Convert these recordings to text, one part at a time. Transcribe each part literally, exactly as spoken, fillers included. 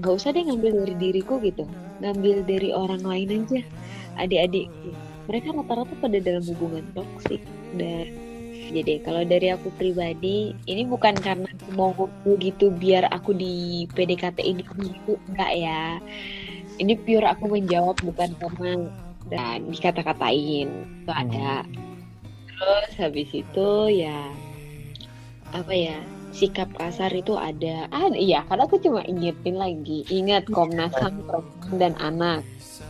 nggak usah deh ngambil dari diriku gitu, ngambil dari orang lain aja, adik-adikku. Mereka rata-rata pada dalam hubungan toksik. Dan jadi kalau dari aku pribadi, ini bukan karena aku mau ngomong gitu biar aku di P D K T ini gitu, enggak ya. Ini pure aku menjawab bukan karena dan dikata-katain. Itu ada. Hmm. Terus habis itu ya apa ya, sikap kasar itu ada. Ah iya, karena aku cuma ingetin lagi. Ingat Komnas Ham Perempuan dan Anak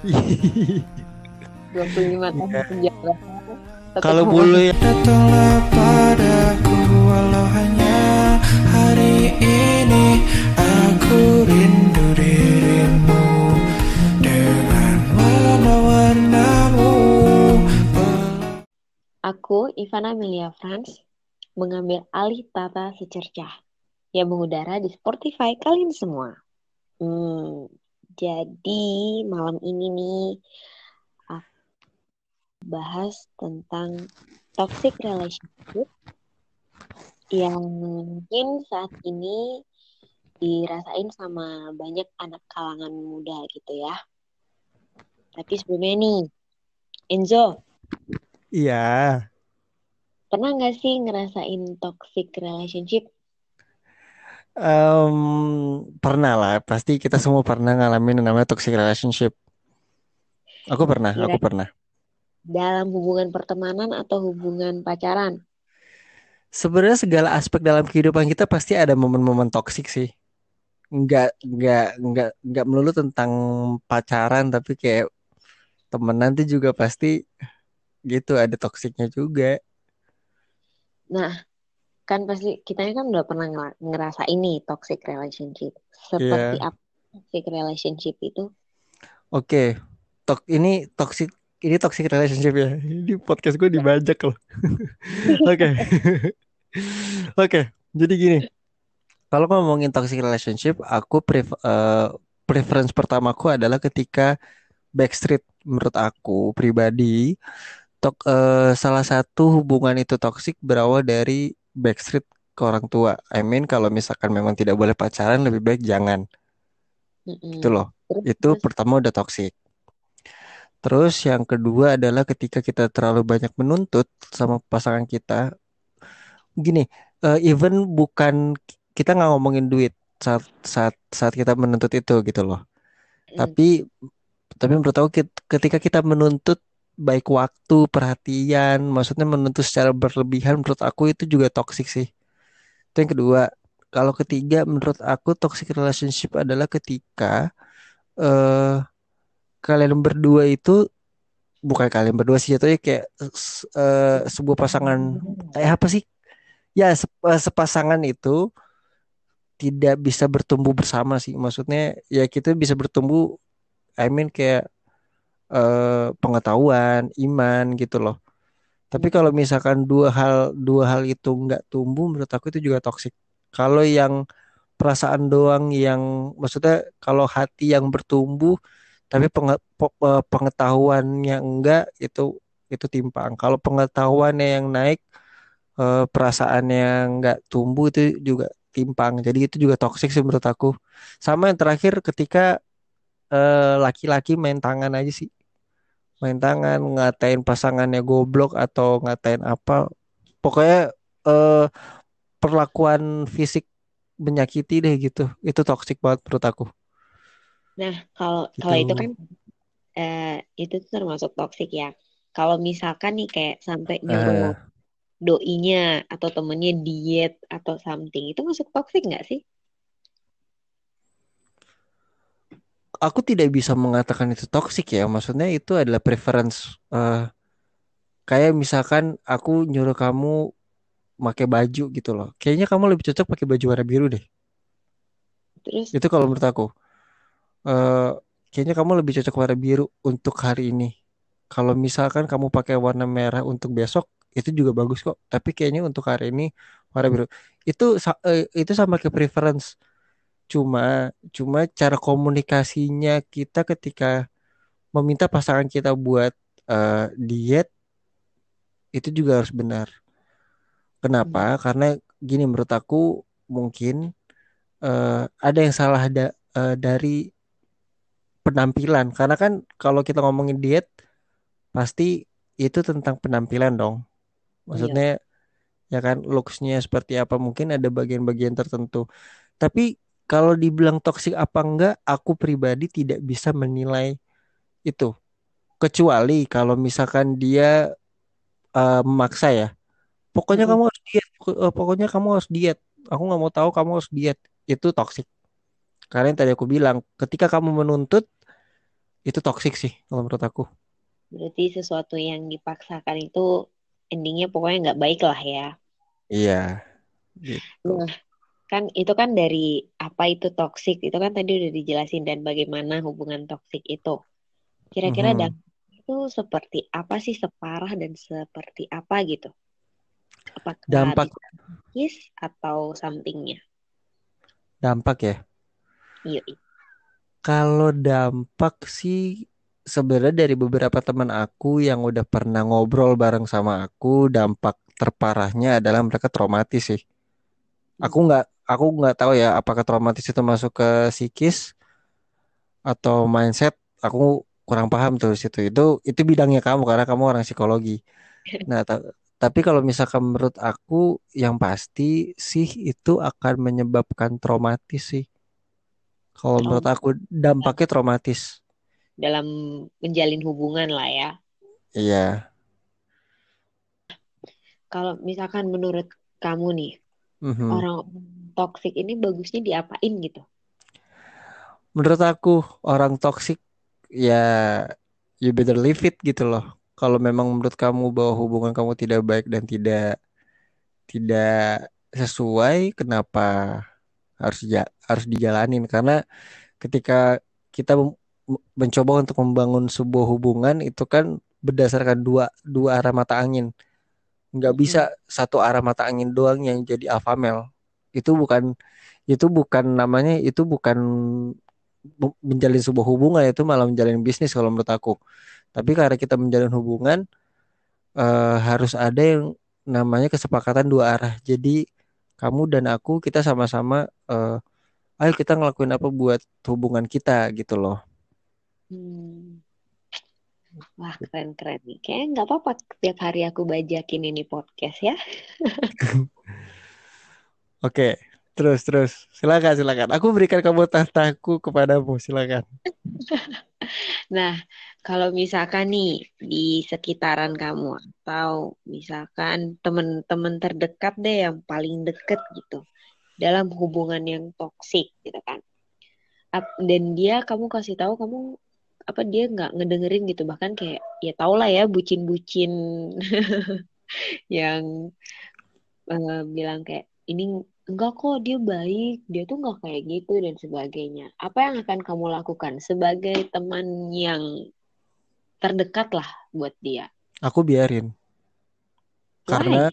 dua puluh lima tahun Iya. penjara. Satu Kalau koma bulu ya. Datanglah padaku walau hanya hari ini, aku rindu dirimu dengan warna-warnamu. Aku, Ivana Melia Frans, mengambil alih tata secercah yang mengudara di Spotify kalian semua. Hmm, jadi malam ini nih aku bahas tentang toxic relationship yang mungkin saat ini dirasain sama banyak anak kalangan muda gitu ya. Tapi sebelumnya nih, Enzo, Iya. pernah nggak sih ngerasain toxic relationship? Em, Pernah lah, pasti kita semua pernah ngalamin yang namanya toxic relationship. Aku pernah, Kira aku pernah. dalam hubungan pertemanan atau hubungan pacaran? Sebenarnya segala aspek dalam kehidupan kita pasti ada momen-momen toksik sih. Nggak, nggak, nggak, nggak melulu tentang pacaran, tapi kayak temenan tuh juga pasti gitu, ada toksiknya juga. Nah, kan pasti kita kan udah pernah ngera- ngerasa ini toxic relationship. Seperti Iya. apa toxic relationship itu? Oke, tok ini toxic ini toxic relationship ya. Ini podcast gue dibajak loh. Oke. Oke, jadi gini. Kalau ngomongin toxic relationship, aku pref- eh, preference pertamaku adalah ketika backstreet. Menurut aku pribadi, tok eh, salah satu hubungan itu toxic berawal dari backstreet ke orang tua. I mean kalau misalkan memang tidak boleh pacaran, lebih baik jangan. Gitu Mm-mm. loh. Terus, Itu terus, pertama udah toxic. Terus yang kedua adalah ketika kita terlalu banyak menuntut sama pasangan kita. Gini, eh, even bukan kita nggak ngomongin duit saat saat saat kita menuntut itu gitu loh. mm, Tapi tapi menurut aku kit- ketika kita menuntut baik waktu, perhatian, maksudnya menuntut secara berlebihan, menurut aku itu juga toxic sih. Itu yang kedua. Kalau ketiga, menurut aku toxic relationship adalah ketika eh kalian berdua itu bukan kalian berdua sih, jatuhnya kayak s- eh, sebuah pasangan, kayak apa sih? Ya, se- eh, sepasangan itu tidak bisa bertumbuh bersama sih. Maksudnya ya kita bisa bertumbuh, I mean kayak eh, pengetahuan, iman gitu loh. Tapi kalau mm-mm. misalkan dua hal dua hal itu nggak tumbuh, menurut aku itu juga toksik. Kalau yang perasaan doang yang, maksudnya kalau hati yang bertumbuh tapi penge- po- eh, pengetahuannya enggak, itu itu timpang. Kalau pengetahuannya yang naik, eh, perasaannya nggak tumbuh, itu juga timpang. Jadi itu juga toksik sih menurut aku. Sama yang terakhir ketika eh, laki-laki main tangan aja sih, main tangan ngatain pasangannya goblok atau ngatain apa, pokoknya eh, perlakuan fisik menyakiti deh gitu, itu toksik banget menurut aku Nah, kalau kalau itu gitu. kan eh, itu tuh termasuk toxic ya. Kalau misalkan nih kayak sampai nyuruh Ah, doinya atau temennya diet atau something, itu masuk toxic nggak sih? aku tidak bisa mengatakan itu toksik ya, maksudnya itu adalah preference. eh, Kayak misalkan aku nyuruh kamu pakai baju gitu loh, kayaknya kamu lebih cocok pakai baju warna biru deh. Terus, Itu kalau menurut aku, eh kayaknya kamu lebih cocok warna biru untuk hari ini. Kalau misalkan kamu pakai warna merah untuk besok, itu juga bagus kok. Tapi kayaknya untuk hari ini warna biru. Itu sa- eh, itu sama ke preference. Cuma cuma cara komunikasinya kita ketika meminta pasangan kita buat eh, diet, itu juga harus benar. Kenapa? hmm, Karena gini menurut aku, mungkin eh, ada yang salah, ada eh, dari penampilan. Karena kan kalau kita ngomongin diet pasti itu tentang penampilan dong. Iya, Maksudnya ya kan looks-nya seperti apa, mungkin ada bagian-bagian tertentu. Tapi kalau dibilang toksik apa enggak, aku pribadi tidak bisa menilai itu. Kecuali kalau misalkan dia eh, memaksa ya. Pokoknya mm-mm. kamu harus diet. Pok- eh, Pokoknya kamu harus diet. Aku nggak mau tahu kamu harus diet. Itu toksik. Karena yang tadi aku bilang, ketika kamu menuntut, itu toksik sih kalau menurut aku. Berarti sesuatu yang dipaksakan itu endingnya pokoknya nggak baik lah ya. Iya, gitu. Nah, kan itu kan dari apa itu toksik, itu kan tadi udah dijelasin dan bagaimana hubungan toksik itu. Kira-kira Mhm. dampak itu seperti apa sih, separah dan seperti apa gitu? Apakah Dampak, bisa psikis atau somethingnya? dampak ya. Iya. Kalau dampak sih sebenarnya dari beberapa teman aku yang udah pernah ngobrol bareng sama aku, dampak terparahnya adalah mereka traumatis sih. Aku Hmm. nggak, aku nggak tahu ya apakah traumatis itu masuk ke psikis atau mindset. Aku kurang paham tuh di situ. Itu itu bidangnya kamu karena kamu orang psikologi. Nah, ta- tapi kalau misalkan menurut aku yang pasti sih itu akan menyebabkan traumatis sih. Kalau menurut Trauma aku dampaknya traumatis. dalam menjalin hubungan lah ya. Iya. Kalau misalkan menurut kamu nih, Mhm. orang toksik ini bagusnya diapain gitu? Menurut aku orang toksik ya you better leave it gitu loh. Kalau memang menurut kamu bahwa hubungan kamu tidak baik dan tidak tidak sesuai, kenapa harus ja- harus dijalanin? Karena ketika kita mem- mencoba untuk membangun sebuah hubungan itu kan berdasarkan dua dua arah mata angin. Nggak bisa Mm-mm. satu arah mata angin doang yang jadi alpha male. Itu bukan itu bukan namanya itu bukan bu- menjalin sebuah hubungan, itu malah menjalin bisnis kalau menurut aku. Tapi karena kita menjalin hubungan eh, harus ada yang namanya kesepakatan dua arah. Jadi kamu dan aku kita sama-sama eh, ayo kita ngelakuin apa buat hubungan kita gitu loh. Hmm. Wah, keren-keren nih. Kayaknya nggak apa-apa tiap hari aku bajakin ini podcast ya. Oke, terus terus silakan silakan. Aku berikan kamu tahtaku kepadamu, silakan. Nah, kalau misalkan nih di sekitaran kamu atau misalkan teman-teman terdekat deh yang paling deket gitu dalam hubungan yang toksik gitu kan. Ap- Dan dia kamu kasih tahu kamu apa dia nggak ngedengerin gitu bahkan kayak ya tau lah ya bucin-bucin yang eh, bilang kayak ini enggak kok dia baik dia tuh nggak kayak gitu dan sebagainya. Apa yang akan kamu lakukan sebagai teman yang terdekat lah buat dia? Aku biarin. Karena Why?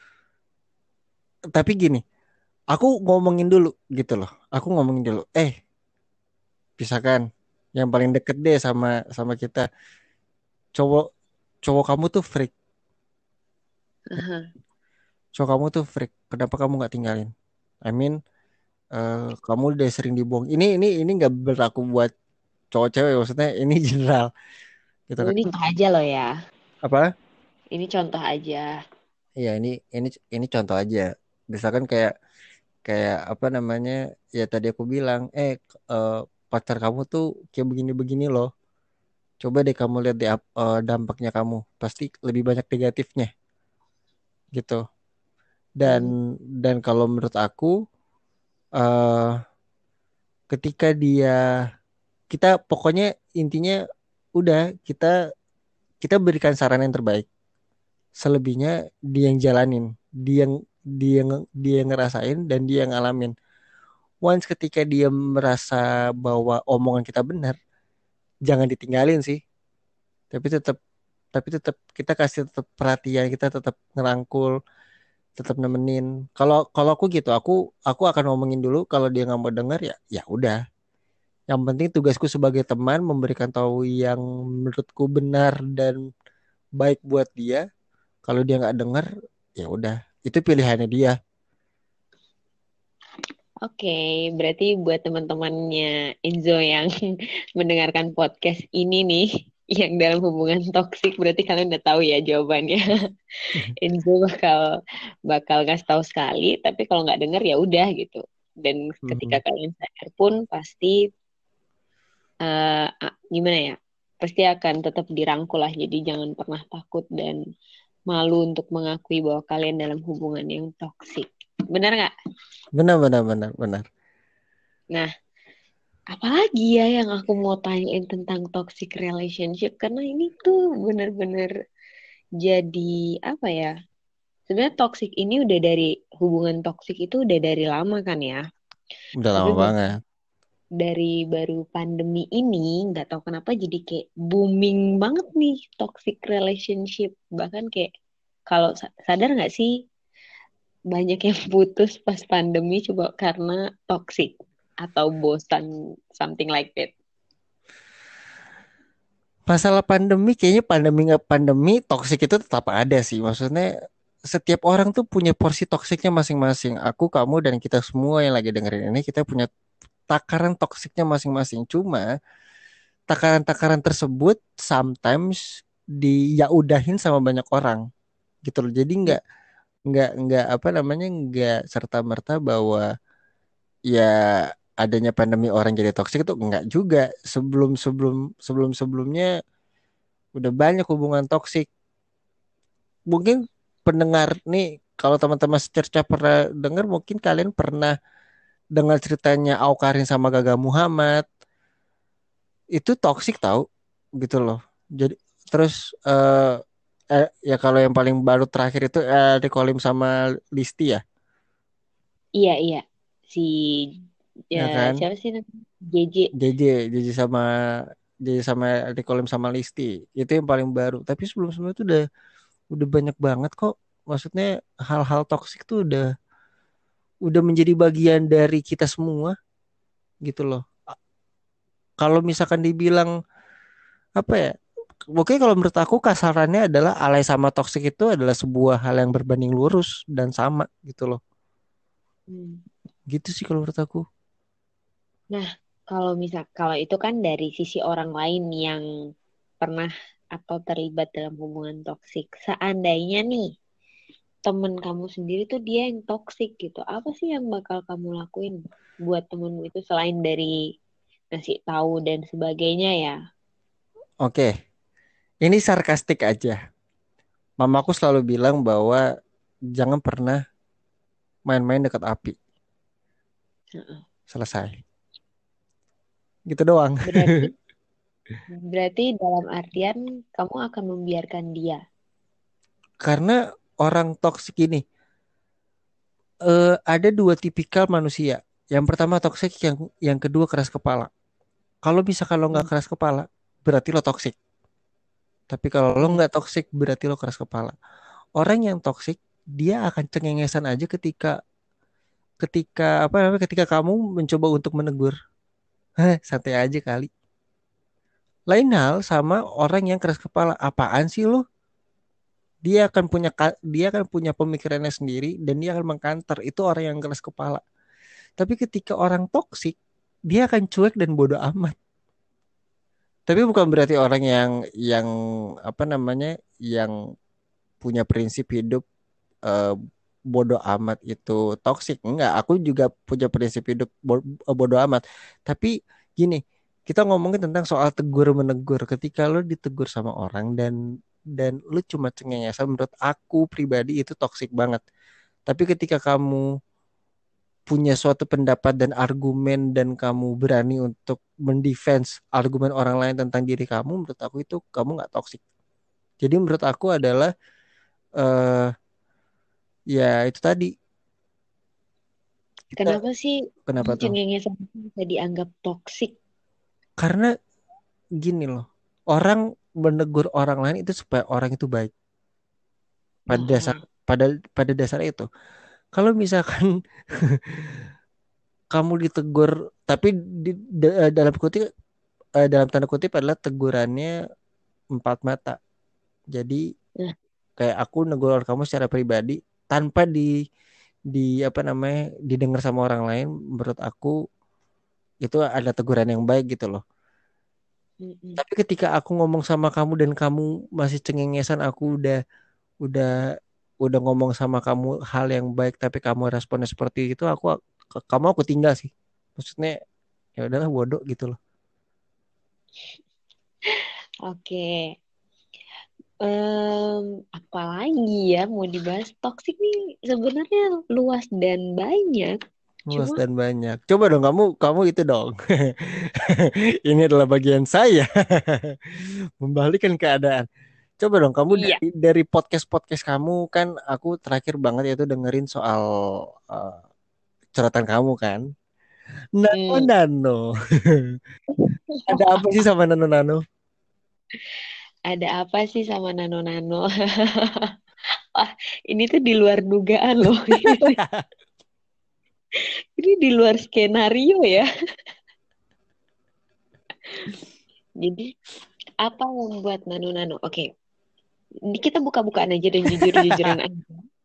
tapi gini, aku ngomongin dulu gitu loh. Aku ngomongin dulu. Eh, misalkan yang paling deket deh sama sama kita, cowok cowok kamu tuh freak. Aha. Cowok kamu tuh freak. Kenapa kamu nggak tinggalin? I mean, eh, kamu udah sering dibohong. Ini ini ini nggak berlaku buat cowok cewek, maksudnya ini general gitu kan. Ini contoh aja loh ya. Apa? Ini contoh aja. Iya, ini ini ini contoh aja. Misalkan kayak kayak apa namanya? Ya tadi aku bilang, eh eh, pacar kamu tuh kayak begini-begini loh. Coba deh kamu lihat di ap- eh, dampaknya kamu. Pasti lebih banyak negatifnya gitu. Dan Hmm. dan kalau menurut aku eh ketika dia kita pokoknya intinya udah kita kita berikan saran yang terbaik. Selebihnya dia yang jalanin, dia yang dia yang dia yang ngerasain dan dia yang ngalamin. Once ketika dia merasa bahwa omongan kita benar, jangan ditinggalin sih. Tapi tetap tapi tetap kita kasih tetap perhatian, kita tetap ngerangkul, tetap nemenin. Kalau kalau aku gitu, aku aku akan ngomongin dulu. Kalau dia nggak mau denger ya ya udah. Yang penting tugasku sebagai teman memberikan tahu yang menurutku benar dan baik buat dia. Kalau dia nggak denger, ya udah. Itu pilihannya dia. Oke, berarti buat teman-temannya Enzo yang mendengarkan podcast ini nih, yang dalam hubungan toksik, berarti kalian udah tahu ya jawabannya. Enzo bakal bakal kasih tahu sekali, tapi kalau nggak denger ya udah gitu. Dan ketika Mhm. kalian sadar pun pasti eh, ah, gimana ya? Pasti akan tetap dirangkul lah. Jadi jangan pernah takut dan malu untuk mengakui bahwa kalian dalam hubungan yang toksik. Benar nggak? Benar, benar, benar, benar. Nah, apalagi ya yang aku mau tanyain tentang toxic relationship karena ini tuh bener-bener jadi apa ya? Sebenarnya toxic ini udah dari hubungan toxic itu udah dari lama kan ya. Udah Tapi lama mungkin banget. dari baru pandemi ini nggak tahu kenapa jadi kayak booming banget nih toxic relationship. Bahkan kayak kalau sa- sadar nggak sih banyak yang putus pas pandemi coba karena toxic atau bosan something like that. Masalah pandemi, kayaknya pandemi nggak pandemi, toksik itu tetap ada sih. Maksudnya setiap orang tuh punya porsi toksiknya masing-masing. Aku, kamu, dan kita semua yang lagi dengerin ini, kita punya takaran toksiknya masing-masing. Cuma takaran-takaran tersebut sometimes di ya udahin sama banyak orang gitu loh. Jadi Hmm. nggak nggak nggak apa namanya nggak serta merta bahwa ya adanya pandemi orang jadi toksik itu enggak juga. Sebelum sebelum sebelum sebelumnya udah banyak hubungan toksik. Mungkin pendengar nih, kalau teman-teman secerca pernah dengar, mungkin kalian pernah dengar ceritanya Aukarin sama Gaga Muhammad. Itu toksik tahu gitu loh. Jadi terus eh, eh, ya kalau yang paling baru terakhir itu eh, Ricolim sama Listi ya, Iya, iya. Si ya ya kan? siapa sih namanya? J J. J J, J J sama J J sama Ricolim sama Listi. Itu yang paling baru. Tapi sebelum-sebelumnya itu udah udah banyak banget kok. Maksudnya hal-hal toksik tuh udah udah menjadi bagian dari kita semua gitu loh. Kalau misalkan dibilang apa ya? Oke, kalau menurut aku kasarannya adalah alay sama toksik itu adalah sebuah hal yang berbanding lurus dan sama gitu loh. Hmm. Gitu sih kalau menurut aku. Nah, kalau misal kalau itu kan dari sisi orang lain yang pernah atau terlibat dalam hubungan toksik. Seandainya nih temen kamu sendiri tuh dia yang toksik gitu, apa sih yang bakal kamu lakuin buat temenmu itu selain dari ngasih tahu dan sebagainya ya? Oke, ini sarkastik aja. Mamaku selalu bilang bahwa jangan pernah main-main dekat api. Heeh. Selesai. Gitu doang. Berarti berarti dalam artian kamu akan membiarkan dia. Karena orang toksik ini eh, ada dua tipikal manusia. Yang pertama toksik, yang yang kedua keras kepala. Kalau misalkan lo nggak Hmm. keras kepala, berarti lo toksik. Tapi kalau lo Hmm. nggak toksik, berarti lo keras kepala. Orang yang toksik, dia akan cengengesan aja ketika ketika apa namanya ketika kamu mencoba untuk menegur. Heh, santai aja kali. Lain hal sama orang yang keras kepala. Apaan sih lo? Dia akan punya ka- dia akan punya pemikirannya sendiri dan dia akan mengkanter. Itu orang yang keras kepala. Tapi ketika orang toksik, dia akan cuek dan bodoh amat. Tapi bukan berarti orang yang yang apa namanya yang punya prinsip hidup eh, bodoh amat itu toksik. Enggak, aku juga punya prinsip hidup bo- eh, bodoh amat. Tapi gini, kita ngomongin tentang soal tegur menegur. Ketika lo ditegur sama orang dan dan lu cuma cengengesan, menurut aku pribadi itu toksik banget. Tapi ketika kamu punya suatu pendapat dan argumen dan kamu berani untuk mendefense argumen orang lain tentang diri kamu, menurut aku itu kamu nggak toksik. Jadi menurut aku adalah eh ya itu tadi kita Kenapa sih kenapa tuh? cengengesan itu bisa dianggap toksik? Karena gini loh, orang menegur orang lain itu supaya orang itu baik. Pada dasar Nah, pada pada dasar itu. Kalau misalkan kamu ditegur tapi di, da- dalam kutip eh, dalam tanda kutip adalah tegurannya empat mata. Jadi nah, kayak aku negur kamu secara pribadi tanpa di di apa namanya didengar sama orang lain, menurut aku itu ada teguran yang baik gitu loh. Mm-mm. Tapi ketika aku ngomong sama kamu dan kamu masih cengengesan, aku udah udah udah ngomong sama kamu hal yang baik tapi kamu responnya seperti itu, aku kamu aku tinggal sih. Maksudnya ya udahlah bodoh gitu loh. Oke. Em, apalagi ya mau dibahas toksik nih sebenarnya luas dan banyak. Luas Cuma dan banyak. Coba dong kamu kamu itu dong. Ini adalah bagian saya. Membalikkan keadaan. Coba dong kamu iya. dari dari podcast-podcast kamu kan aku terakhir banget itu dengerin soal uh, curhatan kamu kan. Nano Hmm. Nano. Ada apa sih sama Nano Nano? Ada apa sih sama nano-nano? Wah, ini tuh di luar dugaan loh. Ini di luar skenario ya. Jadi apa yang membuat nano-nano? Oke, ini kita buka-bukaan aja dan jujur-jujuran aja.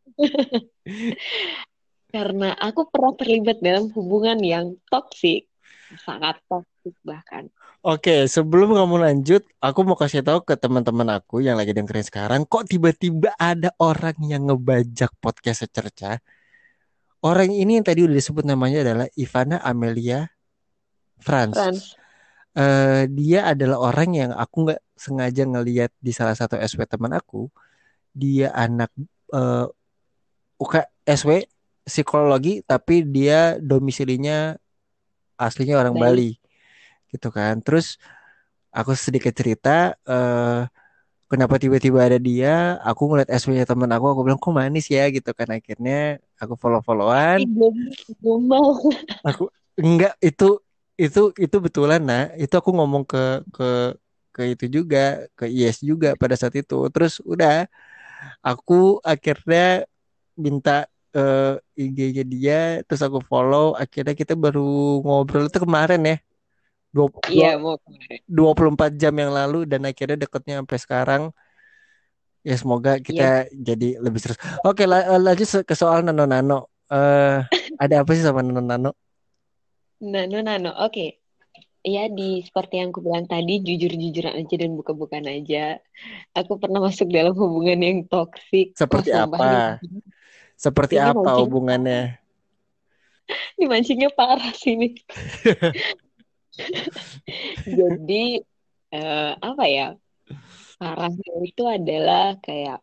Karena aku pernah terlibat dalam hubungan yang toksik, sangat toksik bahkan. Oke, sebelum kamu lanjut, aku mau kasih tahu ke teman-teman aku yang lagi dengerin sekarang, kok tiba-tiba ada orang yang ngebajak podcast secerca. Orang ini yang tadi udah disebut namanya adalah Ivana Amelia Franz. Franz, Eh, dia adalah orang yang aku nggak sengaja ngeliat di salah satu S W teman aku. Dia anak eh, U K S W psikologi, tapi dia domisilinya aslinya orang Bali, Bali. gitu kan. Terus aku sedikit cerita. eh Kenapa tiba-tiba ada dia? Aku ngeliat S W-nya temen aku, aku bilang kok manis ya gitu kan. Akhirnya aku follow-followan. Eh, belum, belum mau. Aku enggak itu itu itu betulan nah. Itu aku ngomong ke ke ke itu juga ke Yes juga pada saat itu. Terus udah aku akhirnya minta eh, I G-nya dia, terus aku follow. Akhirnya kita baru ngobrol itu kemarin ya. Dua, dua, Iya, mau kemarin. dua puluh empat jam yang lalu dan akhirnya deketnya sampai sekarang. Ya semoga kita Iya, jadi lebih serius. Oke, la- eh, lanjut se- ke soal Nano Nano. Eh, ada apa sih sama Nano Nano? nano, nano. Oke. Ya, di seperti yang aku bilang tadi, jujur-jujuran aja dan buka-bukaan aja. Aku pernah masuk dalam hubungan yang toksik. Wah, Seperti sumpah apa? ini, Seperti ini apa mancing, hubungannya? ini mancingnya parah sih ini. Jadi, eh, apa ya? Parahnya itu adalah kayak,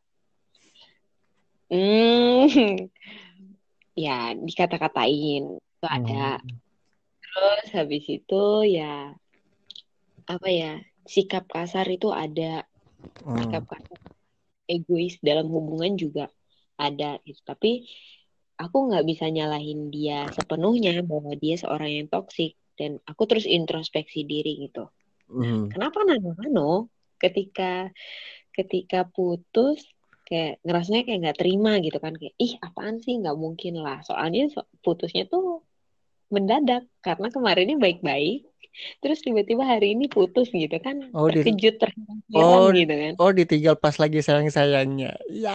hmm, ya dikata-katain. Itu ada. Hmm. Terus habis itu ya, apa ya? Sikap kasar itu ada. Sikap Hmm. kasar egois dalam hubungan juga ada gitu. Tapi aku nggak bisa nyalahin dia sepenuhnya bahwa dia seorang yang toksik dan aku terus introspeksi diri gitu. Nah, Hmm. kenapa nano-nano ketika ketika putus kayak ngerasanya kayak nggak terima gitu kan kayak ih apaan sih nggak mungkin lah soalnya so- putusnya tuh mendadak karena kemarinnya baik-baik terus tiba-tiba hari ini putus gitu kan Oh, di terkejut terheran oh gitu kan. oh ditinggal pas lagi sayang-sayangnya. Ya.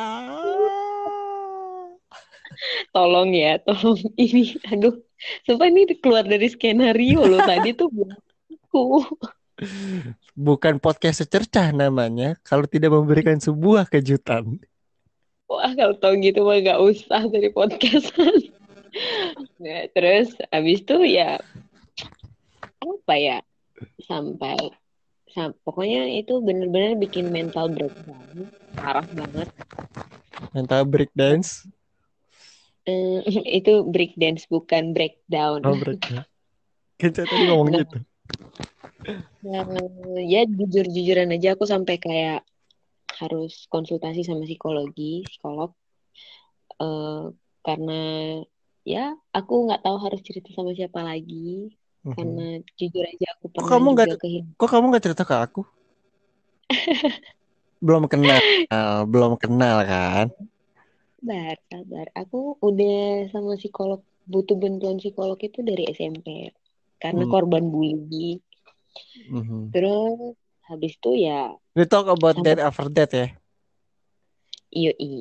Tolong ya, tolong ini, aduh, sumpah ini keluar dari skenario loh tadi tuh buku. Bukan podcast secercah namanya kalau tidak memberikan sebuah kejutan. Wah, kalau tau gitu mah gak usah dari podcastan. Nah, terus abis itu ya apa ya sampai sam pokoknya itu bener-bener bikin mental breakdown parah banget. Mental breakdance. Eh, itu break dance bukan breakdown. Oh, breakdance. Kan saya tadi ngomong Nah, gitu. eh, ya jujur-jujuran aja aku sampai kayak harus konsultasi sama psikologi, psikolog, eh, karena ya aku nggak tahu harus cerita sama siapa lagi karena Mhm. jujur aja aku Kok pernah kamu nggak juga kehilangan. kok kamu nggak cerita ke aku? Belum kenal, belum kenal kan? Sabar, sabar. Aku udah sama psikolog butuh bantuan psikolog itu dari S M P karena Hmm. korban bully. Mhm. Terus habis itu ya We talk about sampai that after that ya. iyo iyo.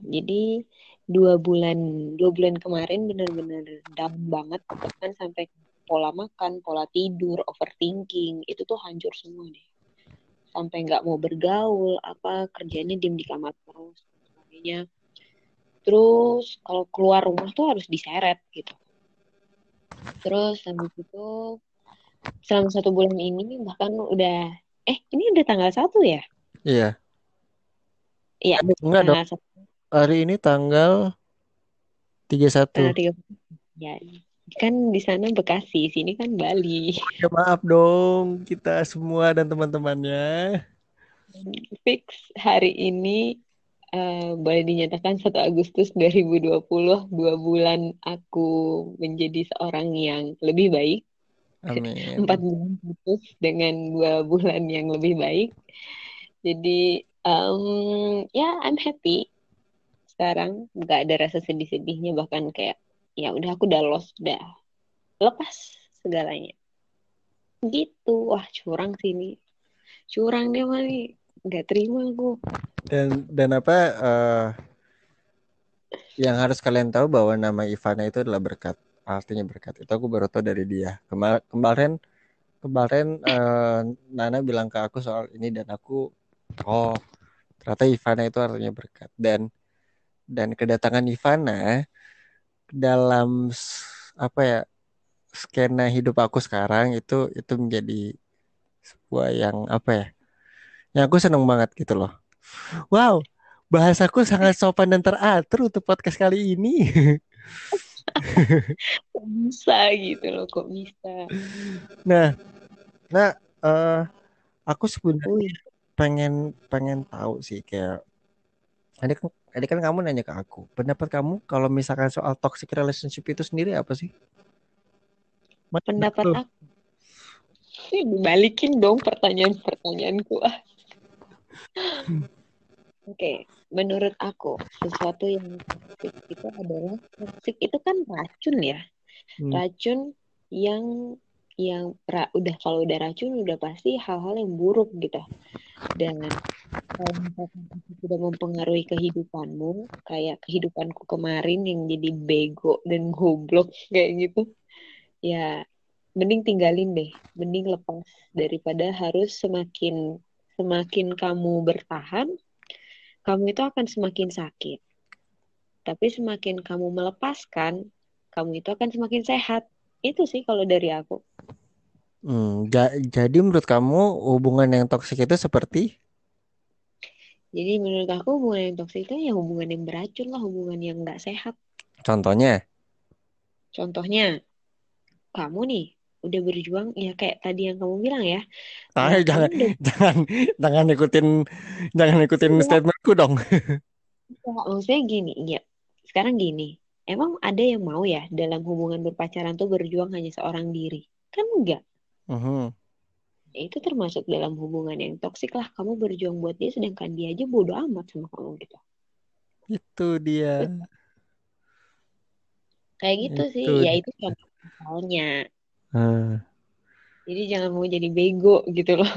Jadi dua bulan dua bulan kemarin benar-benar down banget, bahkan sampai pola makan, pola tidur, overthinking itu tuh hancur semua deh. Sampai nggak mau bergaul, apa kerjanya diem di kamar terus, sebagainya. Terus kalau keluar rumah tuh harus diseret gitu. Terus habis itu selama satu bulan ini bahkan udah eh ini udah tanggal satu ya? Iya. Iya, Eh, enggak dong. tanggal satu Hari ini tanggal tiga puluh satu. tanggal tiga puluh. Ya, kan di sana Bekasi, sini kan Bali. Ya maaf dong kita semua dan teman-temannya. Fix hari ini eh, boleh dinyatakan satu Agustus dua ribu dua puluh, dua bulan aku menjadi seorang yang lebih baik. Empat Amin. bulan putus dengan dua bulan yang lebih baik. Jadi um, ya I'm happy sekarang, nggak ada rasa sedih-sedihnya, bahkan kayak ya udah aku udah lost, udah lepas segalanya gitu. Wah curang sih ini, curang dia mah nih, nggak terima aku. Dan dan apa eh, yang harus kalian tahu bahwa nama Ivana itu adalah berkat. Artinya berkat. Itu aku baru tahu dari dia. Kemar- kemarin kemarin eh, Nana bilang ke aku soal ini dan aku oh ternyata Ivana itu artinya berkat. Dan dan kedatangan Ivana dalam s- apa ya skena hidup aku sekarang itu itu menjadi sebuah yang apa ya yang aku seneng banget gitu loh. Wow, bahasaku sangat sopan dan teratur untuk podcast kali ini. Kok bisa gitu loh, kok bisa. Nah, nah, eh aku sebenarnya Wih, pengen pengen tahu sih kayak tadi kan tadi kan kamu nanya ke aku, pendapat kamu kalau misalkan soal toxic relationship itu sendiri apa sih? Mana pendapat tuh? aku sih dibalikin dong pertanyaan-pertanyaanku. Ah, oke, menurut aku sesuatu yang toxic itu adalah, toxic itu kan racun ya, Hmm, racun yang yang ra, udah kalau udah racun udah pasti hal-hal yang buruk gitu. Dan kalau misalkan itu sudah mempengaruhi kehidupanmu, kayak kehidupanku kemarin yang jadi bego dan goblok kayak gitu, ya mending tinggalin deh, mending lepas daripada harus semakin semakin kamu bertahan, kamu itu akan semakin sakit. Tapi semakin kamu melepaskan, kamu itu akan semakin sehat. Itu sih kalau dari aku. hmm, ja- jadi menurut kamu hubungan yang toksik itu seperti Jadi menurut aku hubungan yang toksik itu ya hubungan yang beracun lah, hubungan yang nggak sehat. contohnya? Contohnya, kamu nih udah berjuang ya kayak tadi yang kamu bilang ya, Ah, eh, kamu jangan udah jangan jangan ikutin jangan ikutin enggak, statementku dong. enggak, maksudnya gini, ya sekarang gini, emang ada yang mau ya dalam hubungan berpacaran tuh berjuang hanya seorang diri? Kan enggak. Mhm. Ya, itu termasuk dalam hubungan yang toksik lah. Kamu berjuang buat dia, sedangkan dia aja bodo amat sama kamu gitu. Itu dia. Kayak gitu sih. Itu Ya dia. itu contoh misalnya. Hmm. Jadi jangan mau jadi bego gitu loh.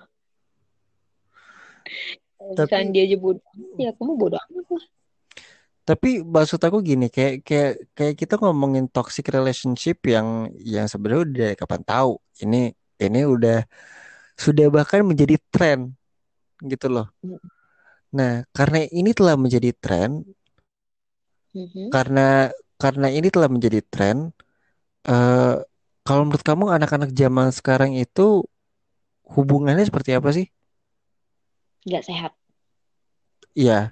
Kalau misalnya Tapi dia aja bodo amat, ya kamu bodo amat lah. tapi maksud aku gini, kayak kayak kayak kita ngomongin toxic relationship yang yang sebenarnya udah dari kapan tahu. Ini ini udah sudah bahkan menjadi tren gitu loh. Nah, karena ini telah menjadi tren, Mhm. karena karena ini telah menjadi tren, eh kalau menurut kamu anak-anak zaman sekarang itu hubungannya seperti apa sih? Nggak sehat. Iya,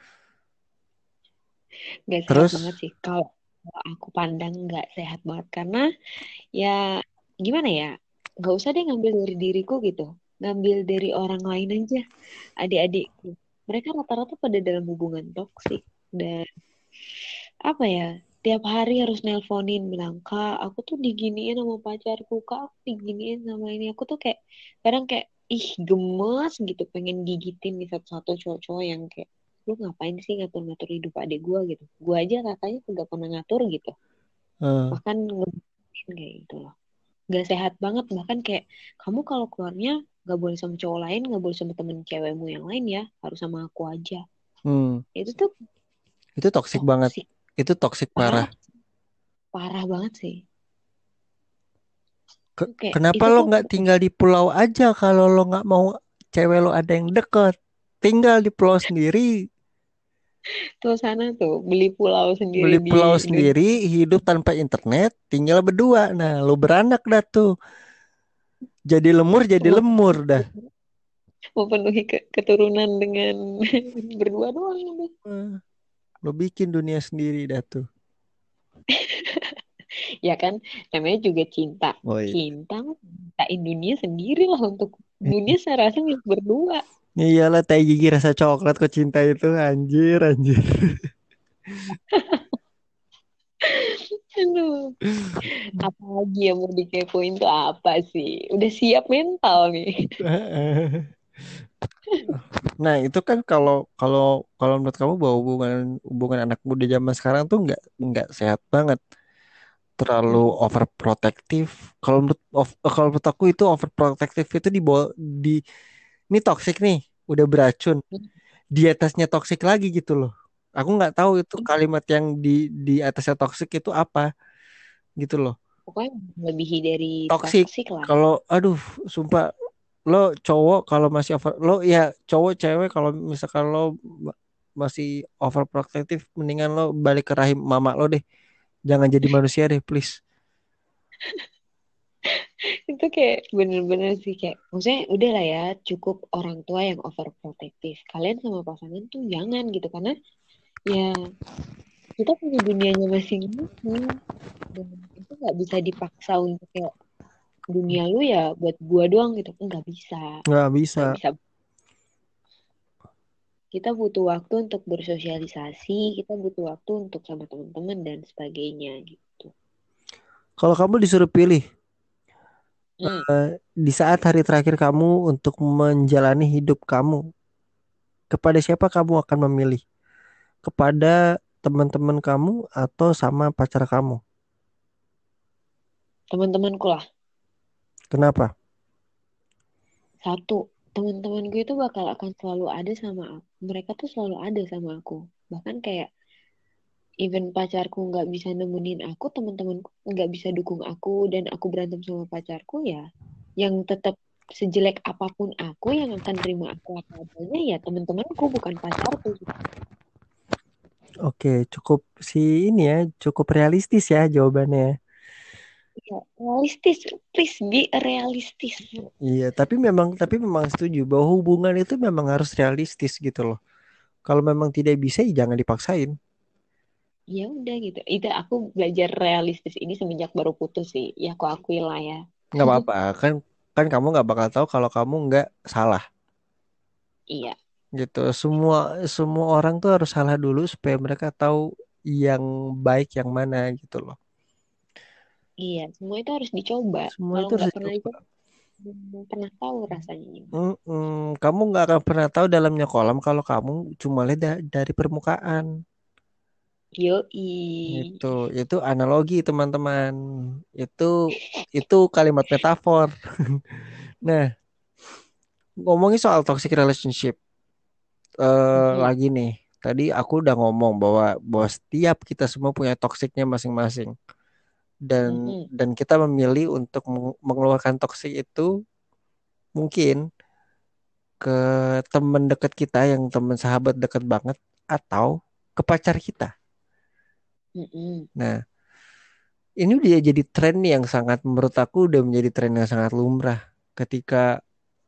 Nggak sehat banget terus sih. Kalau kalau aku pandang nggak sehat banget. Karena ya gimana ya. Nggak usah deh ngambil dari diriku gitu. Ngambil dari orang lain aja. Adik-adikku. Mereka rata-rata pada dalam hubungan toksik. Dan apa ya, tiap hari harus nelponin bilang, kak aku tuh diginiin sama pacarku, kak aku diginiin sama ini, aku tuh kayak kadang kayak ih gemes gitu, pengen gigitin nih satu-satu cowok-cowok yang kayak lu ngapain sih ngatur-ngatur hidup adik gue gitu, gue aja katanya nggak pernah ngatur gitu, eh, bahkan ngebetin kayak gitu loh, nggak sehat banget. Bahkan kayak kamu kalau keluarnya nggak boleh sama cowok lain, nggak boleh sama temen cewekmu yang lain ya, harus sama aku aja. hmm, Itu tuh Itu toksik banget. Toksik Itu toksik parah. parah, parah banget sih. Ke- Kayak kenapa itu lo tuh nggak tinggal di pulau aja kalau lo nggak mau cewek lo ada yang deket? Tinggal di pulau sendiri, tuh sana tuh beli pulau sendiri beli di pulau Indonesia. sendiri, hidup tanpa internet, tinggal berdua. Nah, lo beranak dah tuh. Jadi lemur, jadi lemur dah. Memenuhi ke- keturunan dengan berdua doang udah. Eh, Lo bikin dunia sendiri dah tuh. Ya kan, namanya juga cinta. Oh iya. Cinta mah cintain dunia sendiri lah, untuk dunia saya rasa milik berdua. Iyalah tai gigi rasa coklat kok cinta itu anjir anjir. Aduh, apa lagi yang mau dikepoin tuh apa sih? Udah siap mental nih. Nah itu kan kalau kalau kalau menurut kamu bahwa hubungan hubungan anak muda zaman sekarang tuh nggak nggak sehat banget, terlalu Mm-mm. overprotective. Kalau menurut of- kalau menurut aku itu overprotective itu di bawah di ini toxic nih, udah beracun. Di atasnya toxic lagi gitu loh. Aku nggak tahu itu kalimat yang di di atasnya toxic itu apa gitu loh. Pokoknya melebihi dari Toxic. toksik lah. Kalau aduh sumpah lo cowok kalau masih over lo ya cowok cewek kalau misalkan lo ma- masih overprotective mendingan lo balik ke rahim mama lo deh. Jangan jadi manusia deh please. Itu kayak bener-bener sih, kayak maksudnya udah lah ya, cukup orang tua yang overprotective. Kalian sama pasangan tuh jangan gitu, karena ya kita punya dunianya masing-masing, dan itu nggak bisa dipaksa untuk kayak dunia lu ya buat gua doang gitu, nggak bisa, Nggak bisa. nggak bisa. Kita butuh waktu untuk bersosialisasi, kita butuh waktu untuk sama teman-teman dan sebagainya gitu. Kalau kamu disuruh pilih Hmm. eh, di saat hari terakhir kamu untuk menjalani hidup kamu, kepada siapa kamu akan memilih? Kepada teman-teman kamu atau sama pacar kamu? Teman-temanku lah. Kenapa? Satu, teman-temanku itu bakal akan selalu ada sama aku. Mereka tuh selalu ada sama aku. Bahkan kayak even pacarku nggak bisa nemenin aku, teman-temanku nggak bisa dukung aku, dan aku berantem sama pacarku ya, yang tetap sejelek apapun aku yang akan terima aku apa adanya ya teman-temanku, bukan pacarku. Oke, cukup sih ini ya, cukup realistis ya jawabannya. Ya, realistis, please be realistis. Iya, tapi memang tapi memang setuju bahwa hubungan itu memang harus realistis gitu loh. Kalau memang tidak bisa, ya jangan dipaksain. Ya udah gitu. Itu aku belajar realistis ini semenjak baru putus sih. Ya aku akui lah ya. Nggak apa-apa, kan kan kamu nggak bakal tahu kalau kamu nggak salah Iya, gitu. Semua semua orang tuh harus salah dulu supaya mereka tahu yang baik yang mana gitu loh. iya. Semua itu harus dicoba. Semua Kalau itu harus nggak pernah dicoba. dicoba, belum pernah tahu rasanya gimana. Mm-mm. Kamu nggak akan pernah tahu dalamnya kolam kalau kamu cuma lihat da- dari permukaan. Yoi. Itu itu analogi teman-teman. Itu itu kalimat metafor. Nah, ngomongin soal toxic relationship, eh, Mhm, lagi nih. Tadi aku udah ngomong bahwa bahwa setiap kita semua punya toksiknya masing-masing dan mhm. dan kita memilih untuk meng- mengeluarkan toksik itu mungkin ke teman dekat kita yang teman sahabat dekat banget atau ke pacar kita. Mm-mm. Nah, ini udah jadi tren yang sangat menurut aku udah menjadi tren yang sangat lumrah ketika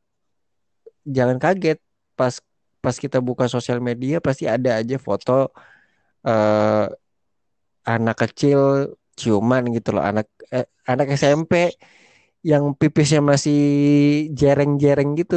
jangan kaget pas pas kita buka sosial media pasti ada aja foto eh, anak kecil ciuman gitu loh anak eh, anak S M P yang pipisnya masih jereng-jereng gitu.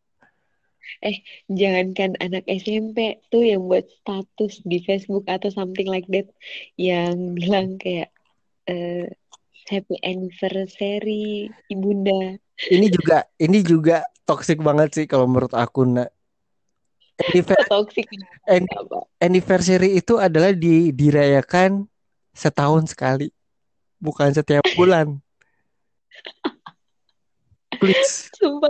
Eh, jangankan anak S M P tuh yang buat status di Facebook atau something like that, yang bilang kayak eh, happy anniversary ibunda. Ini juga ini juga toxic banget sih kalau menurut aku. Nah, Kok anniver- toxic, kenapa? an- Kenapa? anniversary itu adalah di dirayakan setahun sekali, bukan setiap bulan. Please. Sumpah.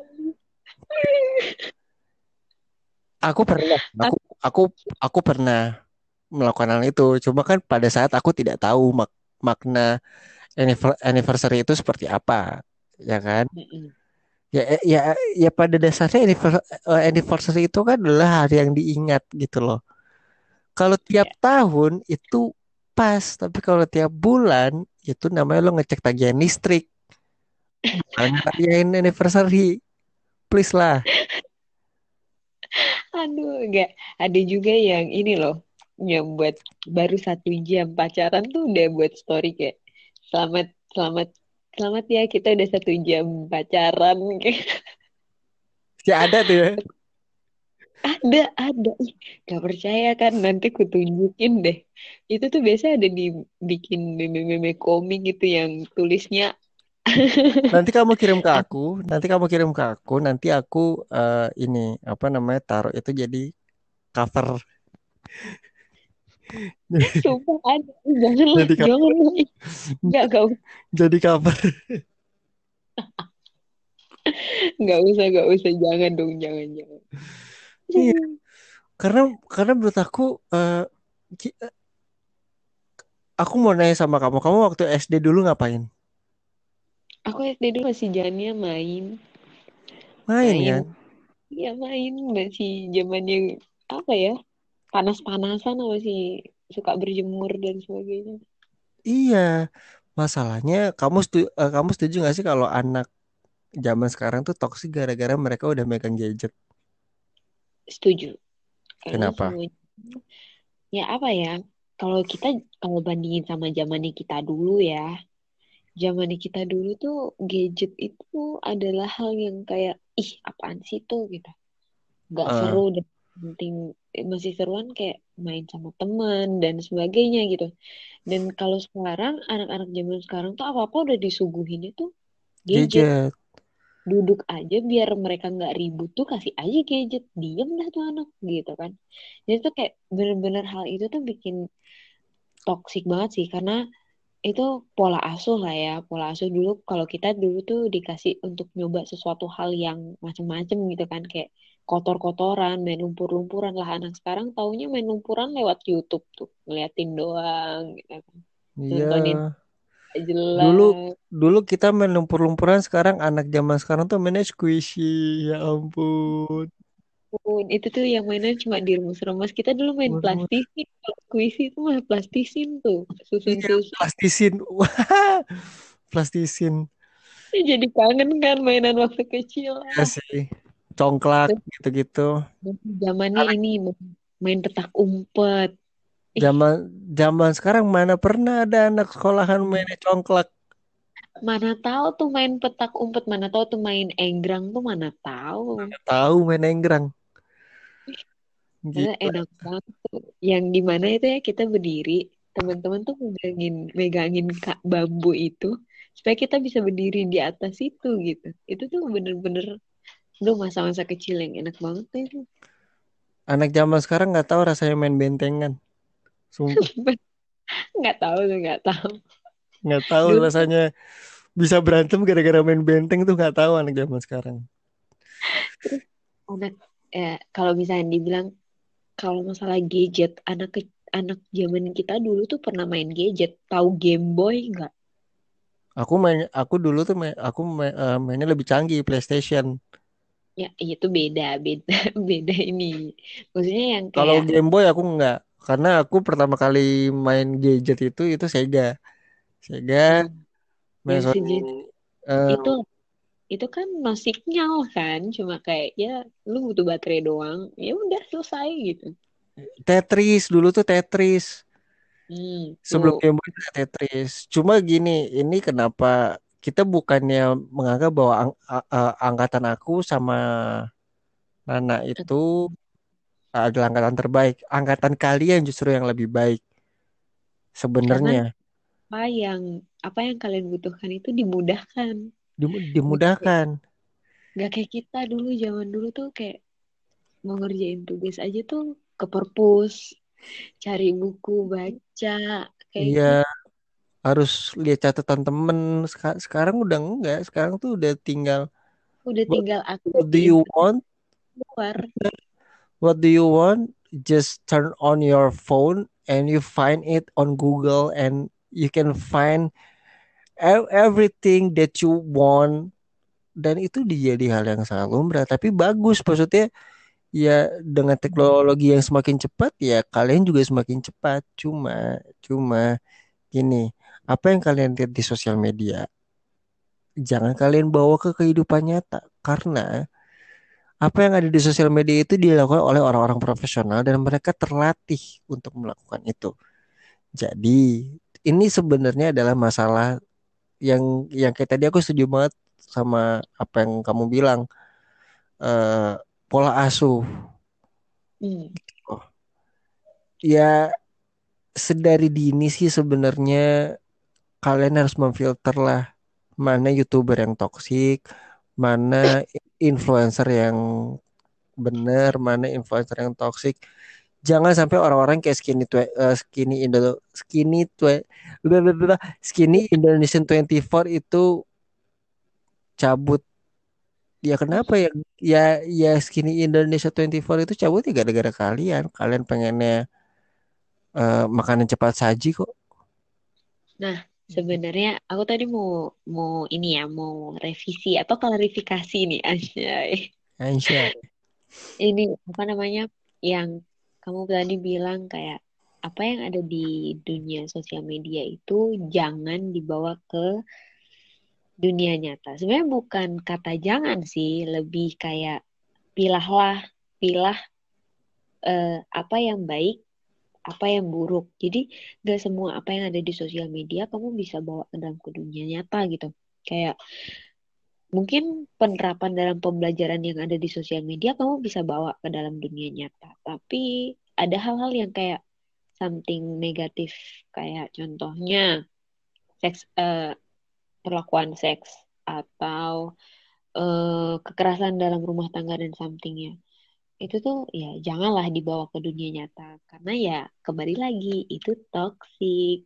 Aku pernah, aku Aku, aku aku pernah. melakukan hal itu. Cuma kan pada saat aku tidak tahu mak makna anniver- anniversary itu seperti apa, ya kan? Mm-mm. Ya, eh, ya, ya pada dasarnya anniver- eh, anniversary itu kan adalah hari yang diingat gitu loh. Kalau tiap Ya. tahun itu pas, tapi kalau tiap bulan itu namanya lo ngecek tagihan listrik, bukan ngerayain anniversary. Please lah. Aduh, enggak. Ada juga yang ini loh, yang buat baru satu jam pacaran tuh udah buat story kayak selamat, selamat, selamat ya kita udah satu jam pacaran. Kayak Ya ada tuh ya. ada, ada. Ih, gak percaya kan? Nanti ku tunjukin deh. Itu tuh biasa ada dibikin meme-meme komik gitu yang tulisnya Nanti kamu kirim ke aku, nanti kamu kirim ke aku, nanti aku eh, ini apa namanya taruh itu jadi cover. sumpah ada. Janganlah, Jadi cover, janganlah. Enggak, enggak, jadi cover. enggak usah, enggak usah. Jangan dong, jangan, jangan. Iya, karena karena menurut aku eh, ki- aku mau nanya sama kamu, kamu waktu S D dulu ngapain? Aku S D dulu masih jalannya main, Main main. kan? Iya main masih zamannya apa ya? Panas-panasan apa sih suka berjemur dan sebagainya. Iya, masalahnya kamu setuju, kamu setuju gak sih kalau anak zaman sekarang tuh toksik gara-gara mereka udah megang gadget? Setuju. Karena Kenapa? semuanya ya apa ya? Kalau kita kalau bandingin sama zamannya kita dulu ya, zamannya kita dulu tuh gadget itu adalah hal yang kayak ih apaan sih tuh gitu. Nggak seru Eh, dan penting eh, masih seruan kayak main sama teman dan sebagainya gitu. Dan kalau sekarang anak-anak zaman sekarang tuh apa-apa udah disuguhinnya tuh gadget. gadget. Duduk aja biar mereka nggak ribut tuh kasih aja gadget. Diem dah tuh anak gitu kan. Jadi tuh kayak bener-bener hal itu tuh bikin toksik banget sih karena itu pola asuh lah ya. Pola asuh dulu kalau kita dulu tuh dikasih untuk nyoba sesuatu hal yang macem-macem gitu kan kayak kotor-kotoran, main lumpur-lumpuran lah anak sekarang taunya main lumpuran lewat YouTube tuh, ngeliatin doang gitu kan. Iya. Nontonin gak Dulu jelas. dulu kita main lumpur-lumpuran, sekarang anak zaman sekarang tuh mainnya squishy. Ya ampun. Pun itu tuh yang mainan cuma diremes-remes. Kita dulu main plastisin. Kalau kuisi itu mah plastisin tuh. Iya, Susun-susun. plastisin. Wah, plastisin. Jadi kangen kan mainan waktu kecil. Ya Ah. sih. Congklak Terus gitu-gitu. zamannya Anak ini main petak umpet. Ih, zaman zaman sekarang mana pernah ada anak sekolahan mainnya congklak. mana tahu tuh main petak umpet. Mana tahu tuh main enggrang tuh mana tahu. Tahu main enggrang. Karena Gila. enak banget tuh. Yang di mana itu ya kita berdiri. Teman-teman tuh megangin, megangin kak bambu itu. Supaya kita bisa berdiri di atas itu gitu. Itu tuh bener-bener Aduh, masa-masa kecil yang enak banget tuh itu. Anak zaman sekarang nggak tahu rasanya main bentengan. Sumpah. Nggak tahu tuh, nggak tahu. Nggak tahu Dulu rasanya bisa berantem gara-gara main benteng tuh nggak tahu anak zaman sekarang. terus anak ya kalau misalnya dibilang kalau masalah gadget, anak ke, anak zaman kita dulu tuh pernah main gadget. Tahu Game Boy nggak? Aku main, aku dulu tuh main, aku main, eh, mainnya lebih canggih PlayStation. Ya, itu beda, beda, beda ini. Maksudnya yang Kalau kayak Game Boy aku nggak, karena aku pertama kali main gadget itu itu Sega. Sega, nah, main yang Sony, sejenis eh, itu itu kan no signal kan, cuma kayak ya lu butuh baterai doang, ya udah selesai gitu. Tetris dulu tuh Tetris. Hmm, Sebelum tuh. Game Boy itu Tetris. Cuma gini, ini kenapa kita bukannya menganggap bahwa ang- a- a- angkatan aku sama Nana itu adalah angkatan terbaik. Angkatan kalian justru yang lebih baik Karena sebenarnya. apa yang apa yang kalian butuhkan itu dimudahkan. Dim- Nggak kayak, dimudahkan. nggak kayak kita dulu zaman dulu tuh kayak mau ngerjain tugas aja tuh ke perpus, cari buku baca kayak Iya, gitu. harus lihat catatan temen. Seka- sekarang udah enggak. Sekarang tuh udah tinggal Udah what, tinggal akses what do di you internet want? keluar. What do you want? Just turn on your phone and you find it on Google and you can find e- everything that you want, dan itu dijadi hal yang sangat lumrah tapi bagus maksudnya. Ya dengan teknologi yang semakin cepat ya kalian juga semakin cepat. Cuma cuma gini, apa yang kalian lihat di sosial media jangan kalian bawa ke kehidupan nyata, karena apa yang ada di sosial media itu dilakukan oleh orang-orang profesional dan mereka terlatih untuk melakukan itu. Jadi ini sebenarnya adalah masalah yang yang kayak tadi aku setuju banget sama apa yang kamu bilang, eh, pola asuh. Hmm. Oh, ya sedari dini sih sebenarnya kalian harus memfilter lah mana YouTuber yang toksik, mana influencer yang bener, mana influencer yang toksik. Jangan sampai orang-orang kayak skinny twe, eh, skinny Indo skinny twe, blablabla, skinny Indonesian dua puluh empat itu cabut. Ya kenapa ya? Ya ya skinny Indonesia dua puluh empat itu cabut ya gara-gara kalian. Kalian pengennya eh, makanan cepat saji kok. Nah, sebenarnya aku tadi mau mau ini ya, mau revisi atau klarifikasi nih, Anjay. Aisyah. Ini apa namanya yang kamu tadi bilang kayak apa yang ada di dunia sosial media itu jangan dibawa ke dunia nyata. Sebenarnya bukan kata jangan sih, lebih kayak pilahlah, pilah eh, apa yang baik, apa yang buruk. Jadi gak semua apa yang ada di sosial media kamu bisa bawa ke dalam ke dunia nyata gitu. Kayak mungkin penerapan dalam pembelajaran yang ada di sosial media kamu bisa bawa ke dalam dunia nyata. Tapi ada hal-hal yang kayak something negatif, kayak contohnya seks, eh, perlakuan seks atau eh, kekerasan dalam rumah tangga dan somethingnya. Itu tuh ya janganlah dibawa ke dunia nyata karena ya kembali lagi itu toxic.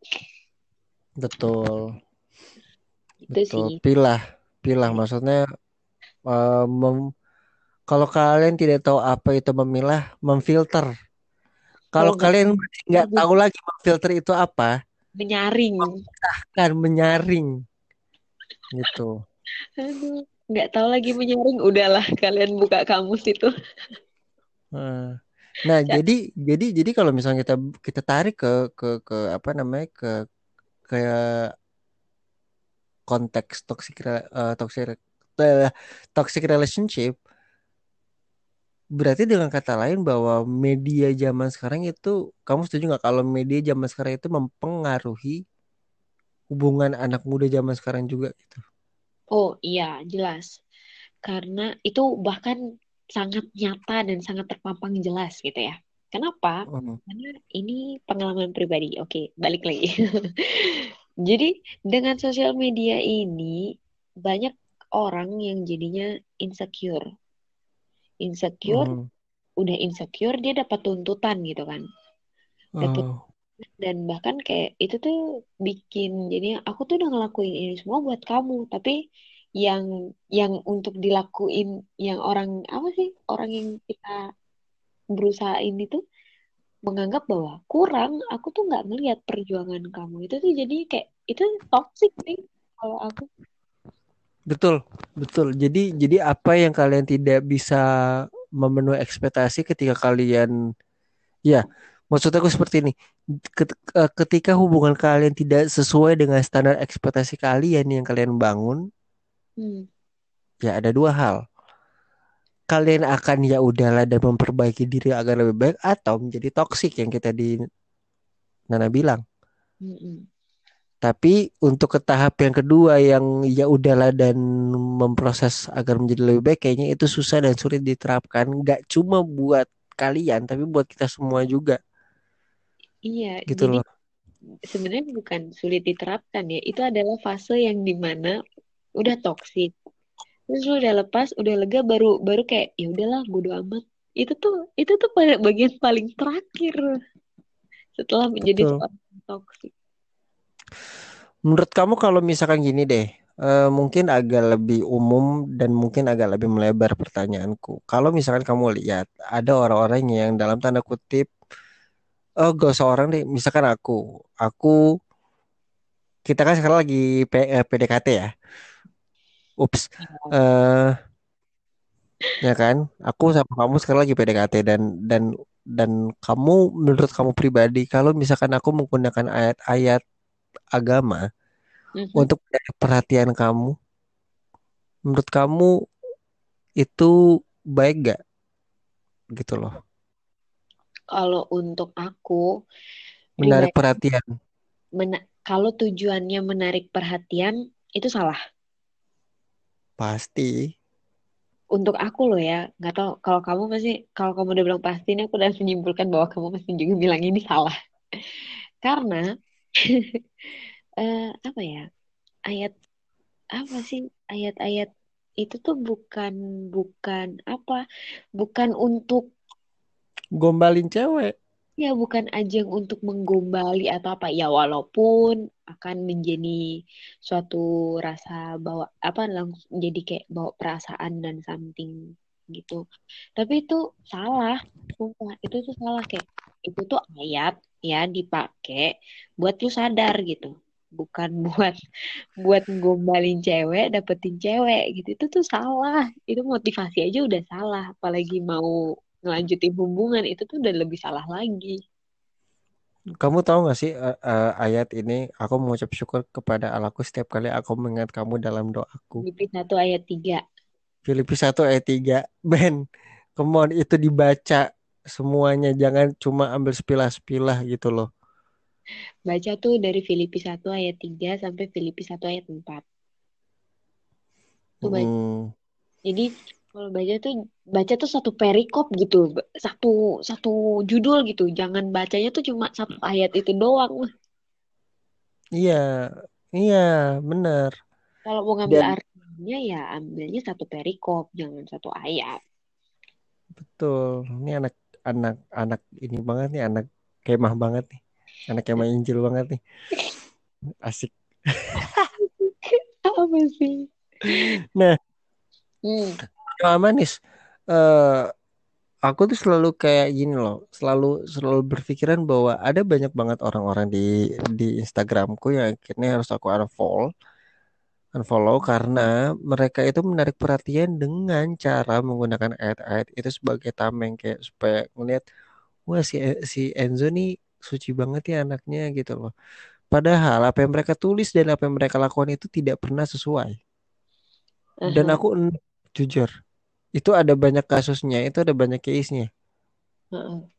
Betul, Itu betul. sih. Pilah, pilah maksudnya, eh, mem- kalau kalian tidak tahu apa itu memilah, memfilter. Kalau Kalau nggak kalian masih nggak bagus tahu lagi memfilter itu apa, menyaring. kan menyaring gitu. Aduh, nggak tahu lagi menyaring. Udahlah, kalian buka kamus itu. Nah, nah, Ca- jadi jadi jadi kalau misalnya kita kita tarik ke ke ke apa namanya, ke kayak konteks toxic re- eh, toxic eh, toxic relationship, berarti dengan kata lain bahwa media zaman sekarang itu, kamu setuju nggak kalau media zaman sekarang itu mempengaruhi hubungan anak muda zaman sekarang juga gitu? Oh iya, jelas. Karena itu bahkan sangat nyata dan sangat terpampang jelas gitu ya. Kenapa? Hmm. Karena ini pengalaman pribadi. Oke, balik lagi. Jadi dengan sosial media ini banyak orang yang jadinya insecure. Insecure, Hmm. udah insecure dia dapat tuntutan gitu kan. Dapat, Oh, dan bahkan kayak itu tuh bikin jadinya aku tuh udah ngelakuin ini semua buat kamu, tapi yang yang untuk dilakuin yang orang apa sih orang yang kita berusaha ini tuh menganggap bahwa kurang, aku tuh nggak ngelihat perjuangan kamu itu tuh jadi kayak itu toxic nih kalau aku. betul, betul. Jadi jadi apa yang kalian tidak bisa memenuhi ekspektasi ketika kalian, ya, maksud aku seperti ini. Ket- eh, Ketika hubungan kalian tidak sesuai dengan standar ekspektasi kalian yang kalian bangun, Hmm. ya ada dua hal. Kalian akan ya udahlah dan memperbaiki diri agar lebih baik, atau menjadi toksik yang kita di Nana bilang. Mm-mm. Tapi untuk ke tahap yang kedua yang ya udahlah dan memproses agar menjadi lebih baik, kayaknya itu susah dan sulit diterapkan. Nggak cuma buat kalian, tapi buat kita semua juga, Iya, gitu jadi loh. sebenarnya bukan sulit diterapkan ya, itu adalah fase yang dimana udah toksik. Terus lu udah lepas, udah lega, baru baru kayak ya udahlah bodo amat. Itu tuh itu tuh pada bagian paling terakhir setelah menjadi Betul. seorang yang toksik. Menurut kamu kalau misalkan gini deh, eh, mungkin agak lebih umum dan mungkin agak lebih melebar pertanyaanku. Kalau misalkan kamu lihat ada orang-orang yang dalam tanda kutip oh gak usah orang deh. Misalkan aku, aku kita kan sekarang lagi P, eh, P D K T ya. Ups. Eh ya kan? Aku sama kamu sekarang lagi P D K T dan dan dan kamu menurut kamu pribadi kalau misalkan aku menggunakan ayat-ayat agama Mhm. untuk menarik perhatian kamu, menurut kamu itu baik gak gitu loh? Kalau untuk aku Menarik pribadi, perhatian mena- kalau tujuannya menarik perhatian itu salah. pasti. Untuk aku loh ya, nggak tahu kalau kamu pasti, kalau kamu udah bilang pasti, ini aku udah menyimpulkan bahwa kamu pasti juga bilang ini salah. Karena eh, apa ya, ayat apa sih, ayat-ayat itu tuh bukan bukan apa, bukan untuk, Gombalin cewek. ya bukan ajang untuk menggombali atau apa ya, walaupun akan menjadi suatu rasa bawa apa, langsung jadi kayak bawa perasaan dan something gitu. Tapi itu salah, sumpah itu tuh salah, kayak itu tuh ayat ya dipakai buat lu sadar gitu. Bukan buat buat ngombalin cewek, dapetin cewek gitu. Itu tuh salah. Itu motivasi aja udah salah, apalagi mau ngelanjutin hubungan itu tuh udah lebih salah lagi. Kamu tahu gak sih eh, eh, ayat ini aku mengucap syukur kepada Allahku setiap kali aku mengingat kamu dalam doaku. Filipi satu ayat tiga. Filipi satu ayat tiga. Ben, come on, itu dibaca semuanya, jangan cuma ambil sepilah-sepilah gitu loh. Baca tuh dari Filipi satu ayat tiga sampai Filipi satu ayat empat. Tuh baca. Mm, Jadi kalau baca tuh, baca tuh satu perikop gitu, satu satu judul gitu. Jangan bacanya tuh cuma satu ayat itu doang. iya, iya, bener. Kalau mau ngambil Dan artinya ya ambilnya satu perikop, jangan satu ayat. betul, ini anak anak anak ini banget nih, anak kemah banget nih, anak kemah Injil banget nih, asik. Apa sih? Nah, Hmm. Kak Manis, eh aku tuh selalu kayak gini loh, selalu selalu berpikiran bahwa ada banyak banget orang-orang di di Instagramku yang akhirnya harus aku unfollow, unfollow karena mereka itu menarik perhatian dengan cara menggunakan ayat-ayat itu sebagai tameng kayak supaya ngelihat wah si si Enzo nih suci banget ya anaknya gitu loh. Padahal apa yang mereka tulis dan apa yang mereka lakukan itu tidak pernah sesuai. Dan Aha, aku en- jujur, itu ada banyak kasusnya, itu ada banyak case-nya. aha.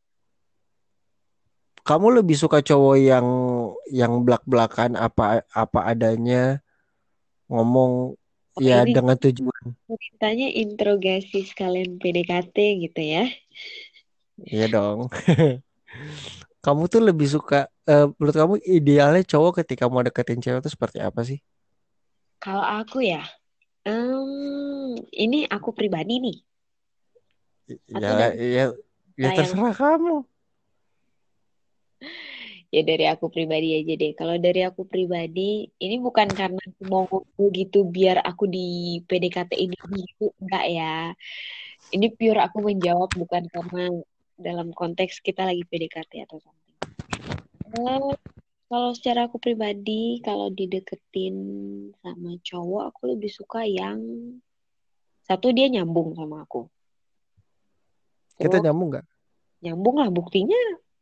Kamu lebih suka cowok yang yang blak-blakan apa apa adanya ngomong Oh ya ini dengan tujuan. ceritanya interogasi sekalian P D K T gitu ya. Iya dong. Kamu tuh lebih suka eh, menurut kamu idealnya cowok ketika mau deketin cewek itu seperti apa sih? Kalau aku ya, em, ini aku pribadi nih, Ya atau dari ya ya kita yang, terserah kamu. ya dari aku pribadi aja deh. Kalau dari aku pribadi, ini bukan karena aku mau ngomong gitu biar aku di P D K T ini gitu, enggak ya. Ini pure aku menjawab bukan karena dalam konteks kita lagi P D K T atau something. Eh, Kalau secara aku pribadi, kalau dideketin sama cowok, aku lebih suka yang satu dia nyambung sama aku. Kita Terus nyambung nggak? nyambung lah buktinya.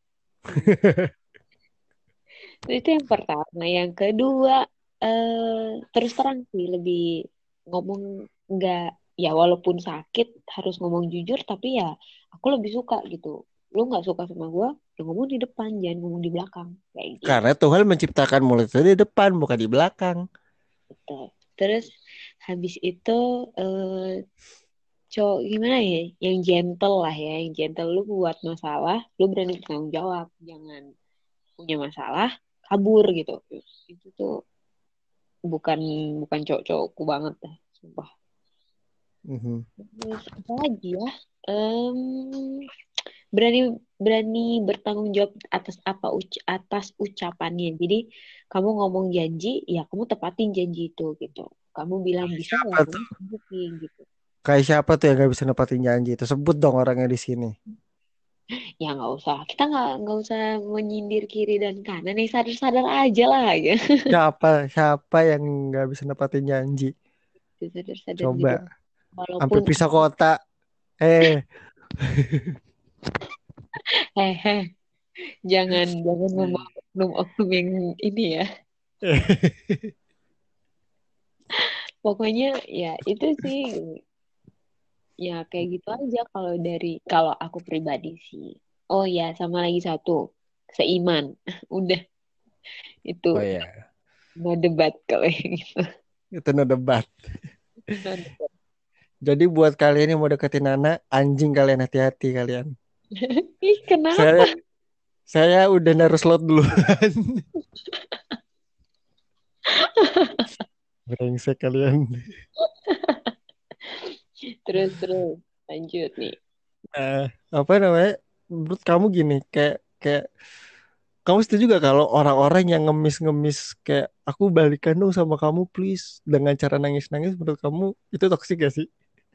Itu yang pertama. Yang kedua, eh, terus terang sih lebih ngomong, nggak, ya walaupun sakit harus ngomong jujur, tapi ya aku lebih suka gitu. Lu nggak suka sama gue, ya ngomong di depan, jangan ngomong di belakang. Kayak Karena gitu. Tuhan menciptakan mulut itu di depan bukan di belakang. Terus habis itu eh, cowok gimana ya, yang gentle lah ya, yang gentle, lu buat masalah lu berani bertanggung jawab, jangan punya masalah kabur gitu. Itu tuh bukan bukan cowok-cowokku banget dah, sumpah. Mhm. Terus apa lagi ya. Em, berani berani bertanggung jawab atas apa, uc- atas ucapannya. Jadi kamu ngomong janji, ya kamu tepatin janji itu gitu. Kamu bilang bisa, ya Siapa kamu tuh? tunjukin gitu. Kayak siapa tuh yang gak bisa nepatin janji itu? Sebut dong orangnya di sini. Ya nggak usah, kita nggak nggak usah menyindir kiri dan kanan, nih sadar-sadar aja lah ya. Siapa siapa yang nggak bisa nepatin janji? Sadar-sadar Coba gitu. sampai Walaupun pisah kota. Eh, hehe, jangan jangan membawa oknum-oknum yang ini ya. Pokoknya ya itu sih, ya kayak gitu aja kalau dari kalau aku pribadi sih. Oh ya, sama lagi satu, seiman. Udah itu oh ya, no debat kalau yang gitu. itu no debat. No debat. Jadi buat kalian yang mau deketin Nana, anjing kalian hati-hati kalian. Ih, kenapa? Saya saya udah naruh slot duluan. Brengsek kalian. Terus terus lanjut nih. Nah, apa namanya? Menurut kamu gini, kayak kayak kamu setuju gak kalau orang-orang yang ngemis-ngemis kayak aku balikan dong sama kamu please dengan cara nangis-nangis menurut kamu itu toksik gak sih?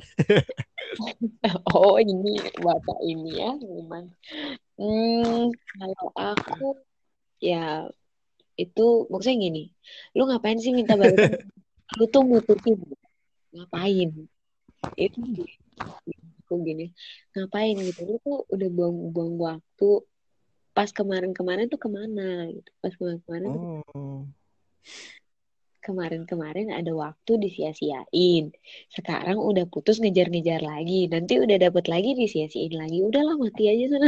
Oh, ini bapak ini ya memang. Hmm, kalau aku ya itu maksudnya gini, lu ngapain sih minta balikan? Lu tuh mutusin ngapain? Itu aku gini, ngapain gitu? Lu tuh udah buang-buang waktu. Pas kemarin-kemarin tuh kemana gitu? Pas kemarin-kemarin tuh Oh. kemarin-kemarin ada waktu disia-siain. Sekarang udah putus ngejar-ngejar lagi. Nanti udah dapet lagi disia-siain lagi. Udahlah mati aja sana.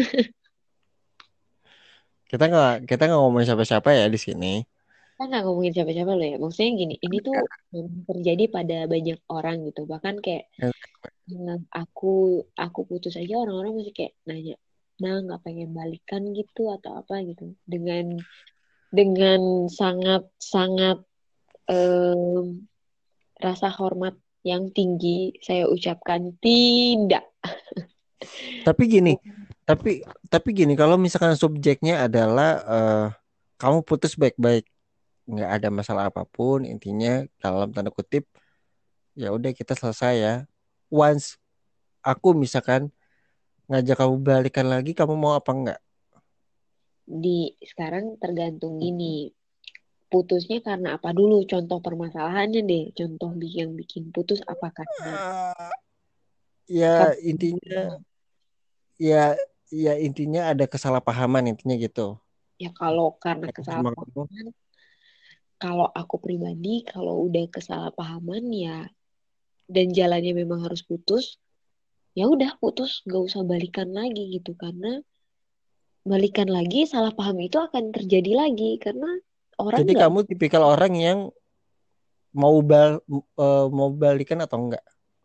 Kita nggak kita nggak ngomongin siapa-siapa ya di sini. Kita nggak ngomongin siapa-siapa loh ya. Maksudnya gini, ini tuh memang terjadi pada banyak orang gitu. Bahkan kayak eh, aku aku putus aja orang-orang masih kayak nanya, nah nggak pengen balikan gitu atau apa gitu. Dengan dengan sangat sangat em, rasa hormat yang tinggi saya ucapkan tidak. Tapi gini, tapi tapi gini kalau misalkan subjeknya adalah eh, kamu putus baik-baik, nggak ada masalah apapun, intinya dalam tanda kutip ya udah kita selesai ya. Once aku misalkan ngajak kamu balikan lagi, kamu mau apa enggak? Di sekarang tergantung gini, putusnya karena apa dulu? Contoh permasalahannya deh. Contoh bi- yang bikin putus apa karena Ah, ya karena intinya ya ya intinya ada kesalahpahaman intinya gitu. ya kalau karena Aku sama kamu. kesalahpahaman, kalau aku pribadi kalau udah kesalahpahaman ya dan jalannya memang harus putus, ya udah putus, gak usah balikan lagi gitu karena balikan lagi salah paham itu akan terjadi lagi karena orang Jadi nggak. kamu tipikal orang yang mau bal eh, mau balikan atau enggak?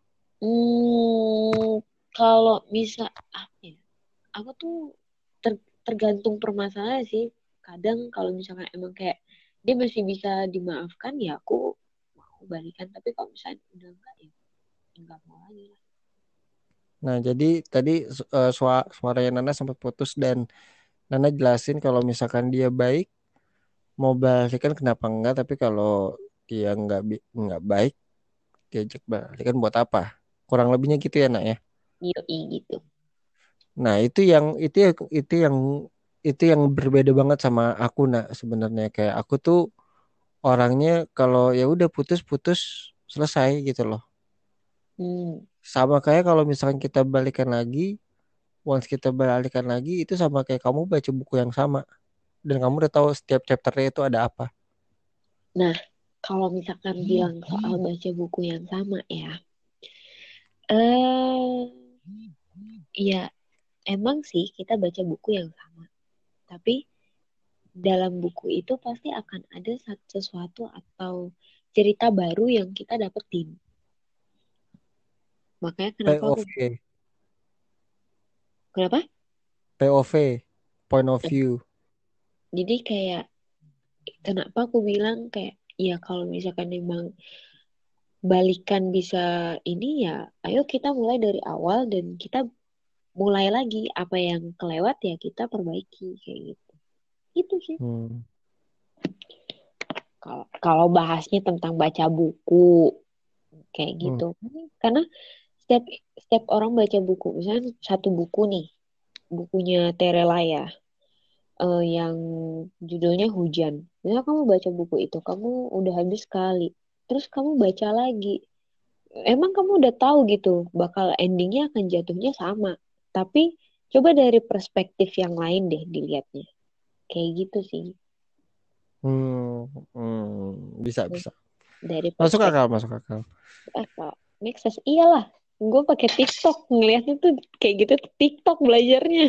Hmm, kalau bisa apa ya? Aku tuh ter- tergantung permasalahan sih. Kadang kalau misalkan emang kayak dia masih bisa dimaafkan ya aku mau balikan. Tapi kalau misalnya udah enggak ya enggak mau lagi lah. Nah, jadi tadi eh, sua- suaranya Nana sempat putus dan Nana jelasin kalau misalkan dia baik mau balikan kenapa enggak, tapi kalau dia enggak bi- enggak baik diajak balikan buat apa? Kurang lebihnya gitu ya, Nak ya. Yoi gitu. Nah, itu yang itu yang itu yang itu yang berbeda banget sama aku, Nak, sebenarnya kayak aku tuh orangnya kalau ya udah putus-putus selesai gitu loh. Hmm. Sama kayak kalau misalkan kita balikan lagi, once kita balikan lagi itu sama kayak kamu baca buku yang sama dan kamu udah tahu setiap chapternya itu ada apa. Nah, kalau misalkan bilang soal baca buku yang sama ya, eh, ya emang sih kita baca buku yang sama. Tapi dalam buku itu pasti akan ada sat- sesuatu atau cerita baru yang kita dapetin. Makanya kenapa aku, P O V, kenapa? P O V, point of view. Jadi kayak kenapa aku bilang kayak ya kalau misalkan memang balikan bisa ini ya, ayo kita mulai dari awal dan kita mulai lagi apa yang kelewat ya kita perbaiki kayak gitu. Itu sih. Hmm. Kalau kalau bahasnya tentang baca buku kayak Hmm. gitu. Karena setiap setiap orang baca buku, misalnya satu buku nih. bukunya Terelaya, eh, yang judulnya Hujan. Misalnya kamu baca buku itu, kamu udah habis sekali, terus kamu baca lagi. Emang kamu udah tahu gitu, bakal endingnya akan jatuhnya sama. Tapi coba dari perspektif yang lain deh dilihatnya. Kayak gitu sih. Hmm, hmm, bisa bisa. Dari Masuk perspektif akal, masuk akal. apa? Make sense. Iyalah. Gue pakai TikTok ngelihatnya tuh kayak gitu tuh TikTok belajarnya.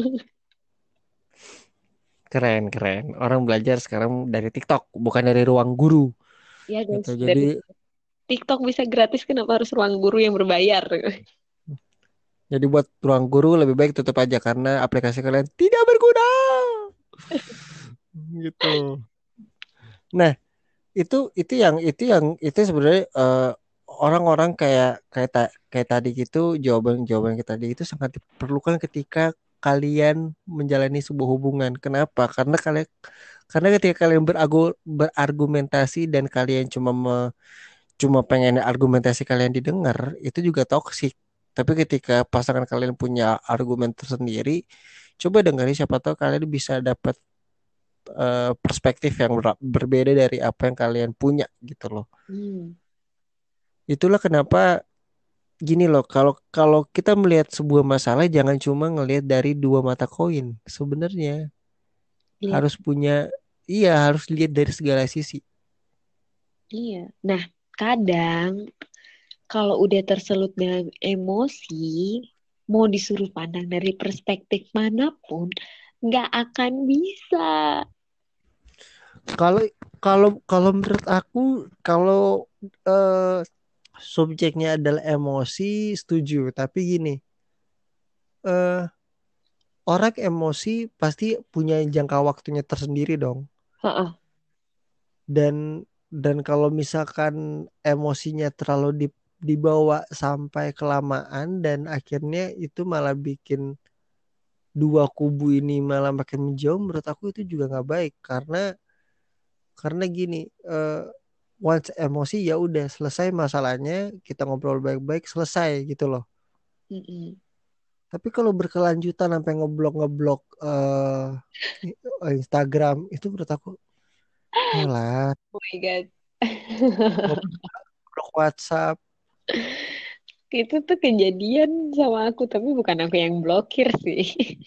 Keren, keren. Orang belajar sekarang dari TikTok, bukan dari ruang guru. Ya Gitu. guys, Jadi, dari TikTok bisa gratis, kenapa harus ruang guru yang berbayar? jadi buat ruang guru lebih baik tutup aja karena aplikasi kalian tidak berguna. Gitu. Nah, itu itu yang itu yang itu sebenarnya eh, orang-orang kayak kayak ta- kayak tadi gitu jawaban-jawaban kita tadi itu sangat diperlukan ketika kalian menjalani sebuah hubungan. Kenapa? Karena kalian karena ketika kalian beragu, berargumentasi dan kalian cuma me- cuma pengen argumentasi kalian didengar, itu juga toksik. Tapi ketika pasangan kalian punya argumen tersendiri, coba dengerin siapa tahu kalian bisa dapat eh, perspektif yang ber- berbeda dari apa yang kalian punya gitu loh. Hmm, Itulah kenapa gini loh, kalau kalau kita melihat sebuah masalah jangan cuma ngelihat dari dua mata koin. Sebenarnya lihat. harus punya, iya harus lihat dari segala sisi. Iya. Nah, kadang kalau udah terselut dalam emosi, mau disuruh pandang dari perspektif manapun, nggak akan bisa. Kalau kalau kalau menurut aku kalau eh, subjeknya adalah emosi, setuju. Tapi gini, eh, orang emosi pasti punya jangka waktunya tersendiri dong. Heeh. Dan dan kalau misalkan emosinya terlalu di, dibawa sampai kelamaan dan akhirnya itu malah bikin dua kubu ini malah makin menjauh, menurut aku itu juga nggak baik karena karena gini, eh, once emosi ya udah selesai masalahnya, kita ngobrol baik-baik selesai gitu loh. Mm-mm. Tapi kalau berkelanjutan sampai ngeblok ngeblok eh Instagram itu menurut aku ya lah, Oh my God. ngeblok WhatsApp. Itu tuh kejadian sama aku, tapi bukan aku yang blokir sih.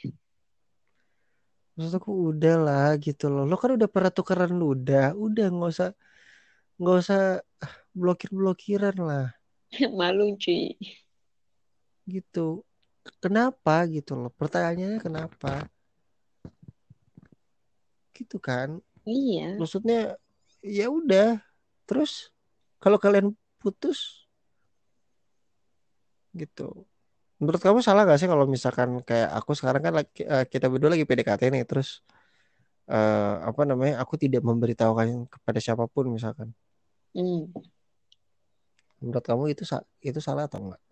Maksud aku udah lah gitu loh. Lo kan udah pernah tukeran udah, udah nggak usah nggak usah blokir-blokiran lah Malu cuy. gitu. Kenapa gitu loh? Pertanyaannya kenapa? Gitu kan? Iya. Maksudnya ya udah. Terus kalau kalian putus gitu. Menurut kamu salah gak sih kalau misalkan kayak aku sekarang kan lagi, eh, kita berdua lagi P D K T nih, terus eh, apa namanya? Aku tidak memberitahukan kepada siapapun misalkan. Hmm. Menurut kamu itu sa- itu salah atau enggak?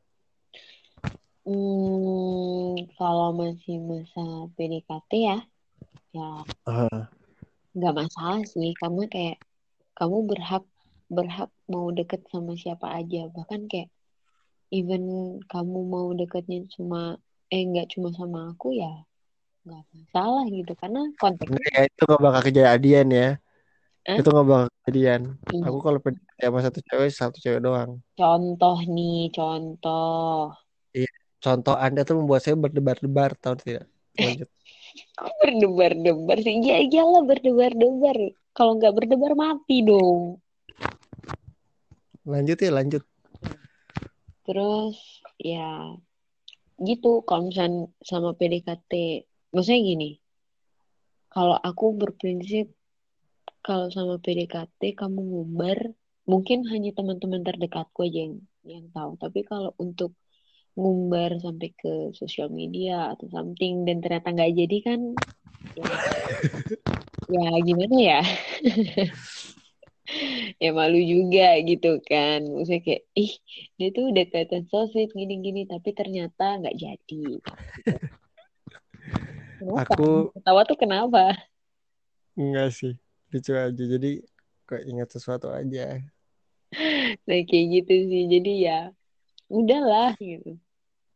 Hmm, kalau masih masa P D K T ya, ya Ah, nggak masalah sih. Kamu kayak kamu berhak berhak mau deket sama siapa aja. Bahkan kayak even kamu mau deketnya cuma eh nggak cuma sama aku ya nggak masalah gitu. Karena karena konteksnya ya itu nggak bakal kejadian ya. eh Itu nggak bakal kejadian. iya. Aku kalau P D K T sama satu cewek, satu cewek doang. Contoh nih, contoh. Iya. Contoh Anda tuh membuat saya berdebar-debar, tahu tidak? Lanjut. Kok berdebar-debar sih? Iya, iyalah berdebar-debar. Kalau nggak berdebar mati dong. Lanjut ya, lanjut. Terus ya gitu. Kalau misalnya sama P D K T, maksudnya gini. Kalau aku berprinsip kalau sama P D K T kamu ngumbar, mungkin hanya teman-teman terdekatku aja yang yang tahu. Tapi kalau untuk ngumbar sampai ke sosial media atau something dan ternyata nggak jadi kan, ya, ya gimana ya? Ya malu juga gitu kan. Maksudnya kayak, ih dia tuh udah kelihatan so sweet gini-gini, tapi ternyata nggak jadi. Gitu. Kenapa? Aku Ketawa tuh kenapa? enggak sih, lucu aja. Jadi kok ingat sesuatu aja. Nah kayak gitu sih. Jadi ya udahlah gitu.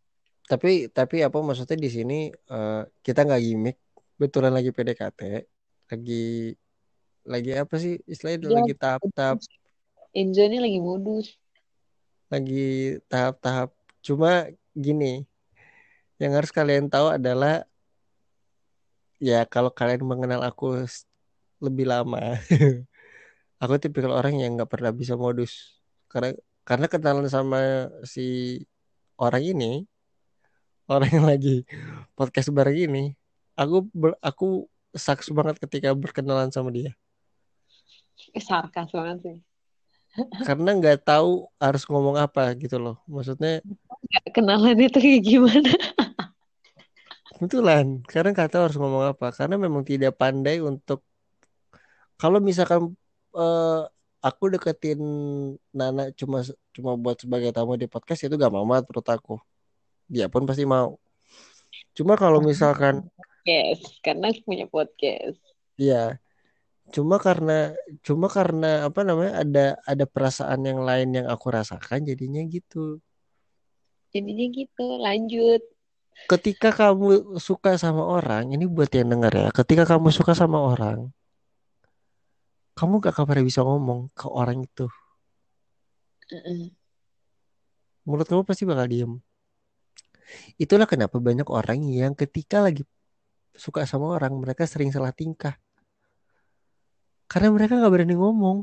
Tapi tapi apa maksudnya di sini eh, kita nggak gimmick, betulan lagi P D K T, lagi lagi apa sih istilahnya Dia lagi lagi tahap-tahap, modus. Enzo ini lagi modus. lagi tahap-tahap. Cuma gini, yang harus kalian tahu adalah ya kalau kalian mengenal aku s- lebih lama, aku tipikal orang yang nggak pernah bisa modus karena karena kenalan sama si orang ini, orang yang lagi podcast bareng ini, aku ber- aku saks banget ketika berkenalan sama dia Eh, sarkas banget sih. karena nggak tahu harus ngomong apa gitu loh. Maksudnya Nggak kenalan itu kayak gimana? kebetulan karena nggak tahu harus ngomong apa karena memang tidak pandai untuk kalau misalkan eh, aku deketin Nana cuma cuma buat sebagai tamu di podcast itu gak mau banget menurut aku. Dia pun pasti mau. Cuma kalau misalkan Yes, karena aku punya podcast. ya cuma karena cuma karena apa namanya ada ada perasaan yang lain yang aku rasakan jadinya gitu. Jadinya gitu, lanjut. Ketika kamu suka sama orang, ini buat yang denger ya. Ketika kamu suka sama orang, kamu gak akan pernah bisa ngomong ke orang itu. Heeh. Mulut kamu pasti bakal diem. Itulah kenapa banyak orang yang ketika lagi suka sama orang, mereka sering salah tingkah. Karena mereka nggak berani ngomong.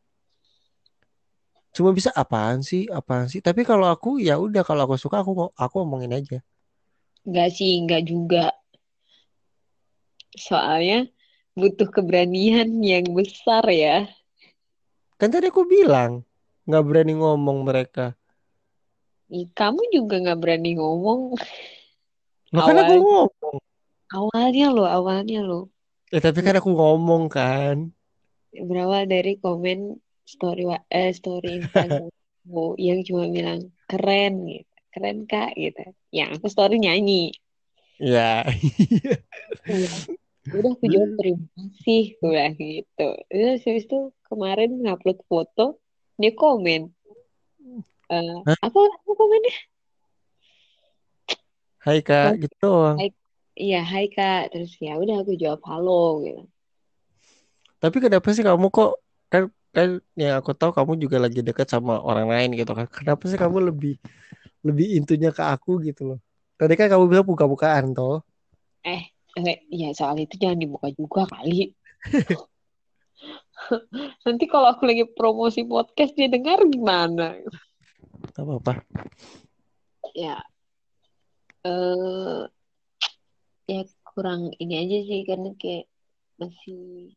Cuma bisa apaan sih, apaan sih. Tapi kalau aku ya udah, kalau aku suka aku ngo- aku ngomongin aja. Enggak sih, enggak juga. Soalnya butuh keberanian yang besar ya. Kan tadi aku bilang nggak berani ngomong mereka. Ih, kamu juga nggak berani ngomong Lo kan aku awal ngomong. awalnya lo, awalnya lo. Ya tapi kan aku ngomong kan. Berawal dari komen story wa- eh, story Instagram yang cuma bilang keren gitu, keren kak gitu. Yang aku story nyanyi. Ya. Aku bilang, udah aku jawab terima kasih, aku bilang gitu. Terus habis itu kemarin ngupload foto, dia komen, eh, Hah? apa apa komennya? Hai Kak, Kom- gitu doang. Hai, iya hai kak. Terus ya udah aku jawab halo gitu. Tapi kenapa sih kamu kok kan kan yang aku tahu kamu juga lagi dekat sama orang lain gitu kan. Kenapa sih kamu lebih lebih intunya ke aku gitu loh. Tadi kan kamu bilang buka-bukaan toh. Eh, eh, ya soal itu jangan dibuka juga kali. Nanti kalau aku lagi promosi podcast dia dengar gimana? Gak apa-apa. Ya, eh ya kurang ini aja sih karena kayak masih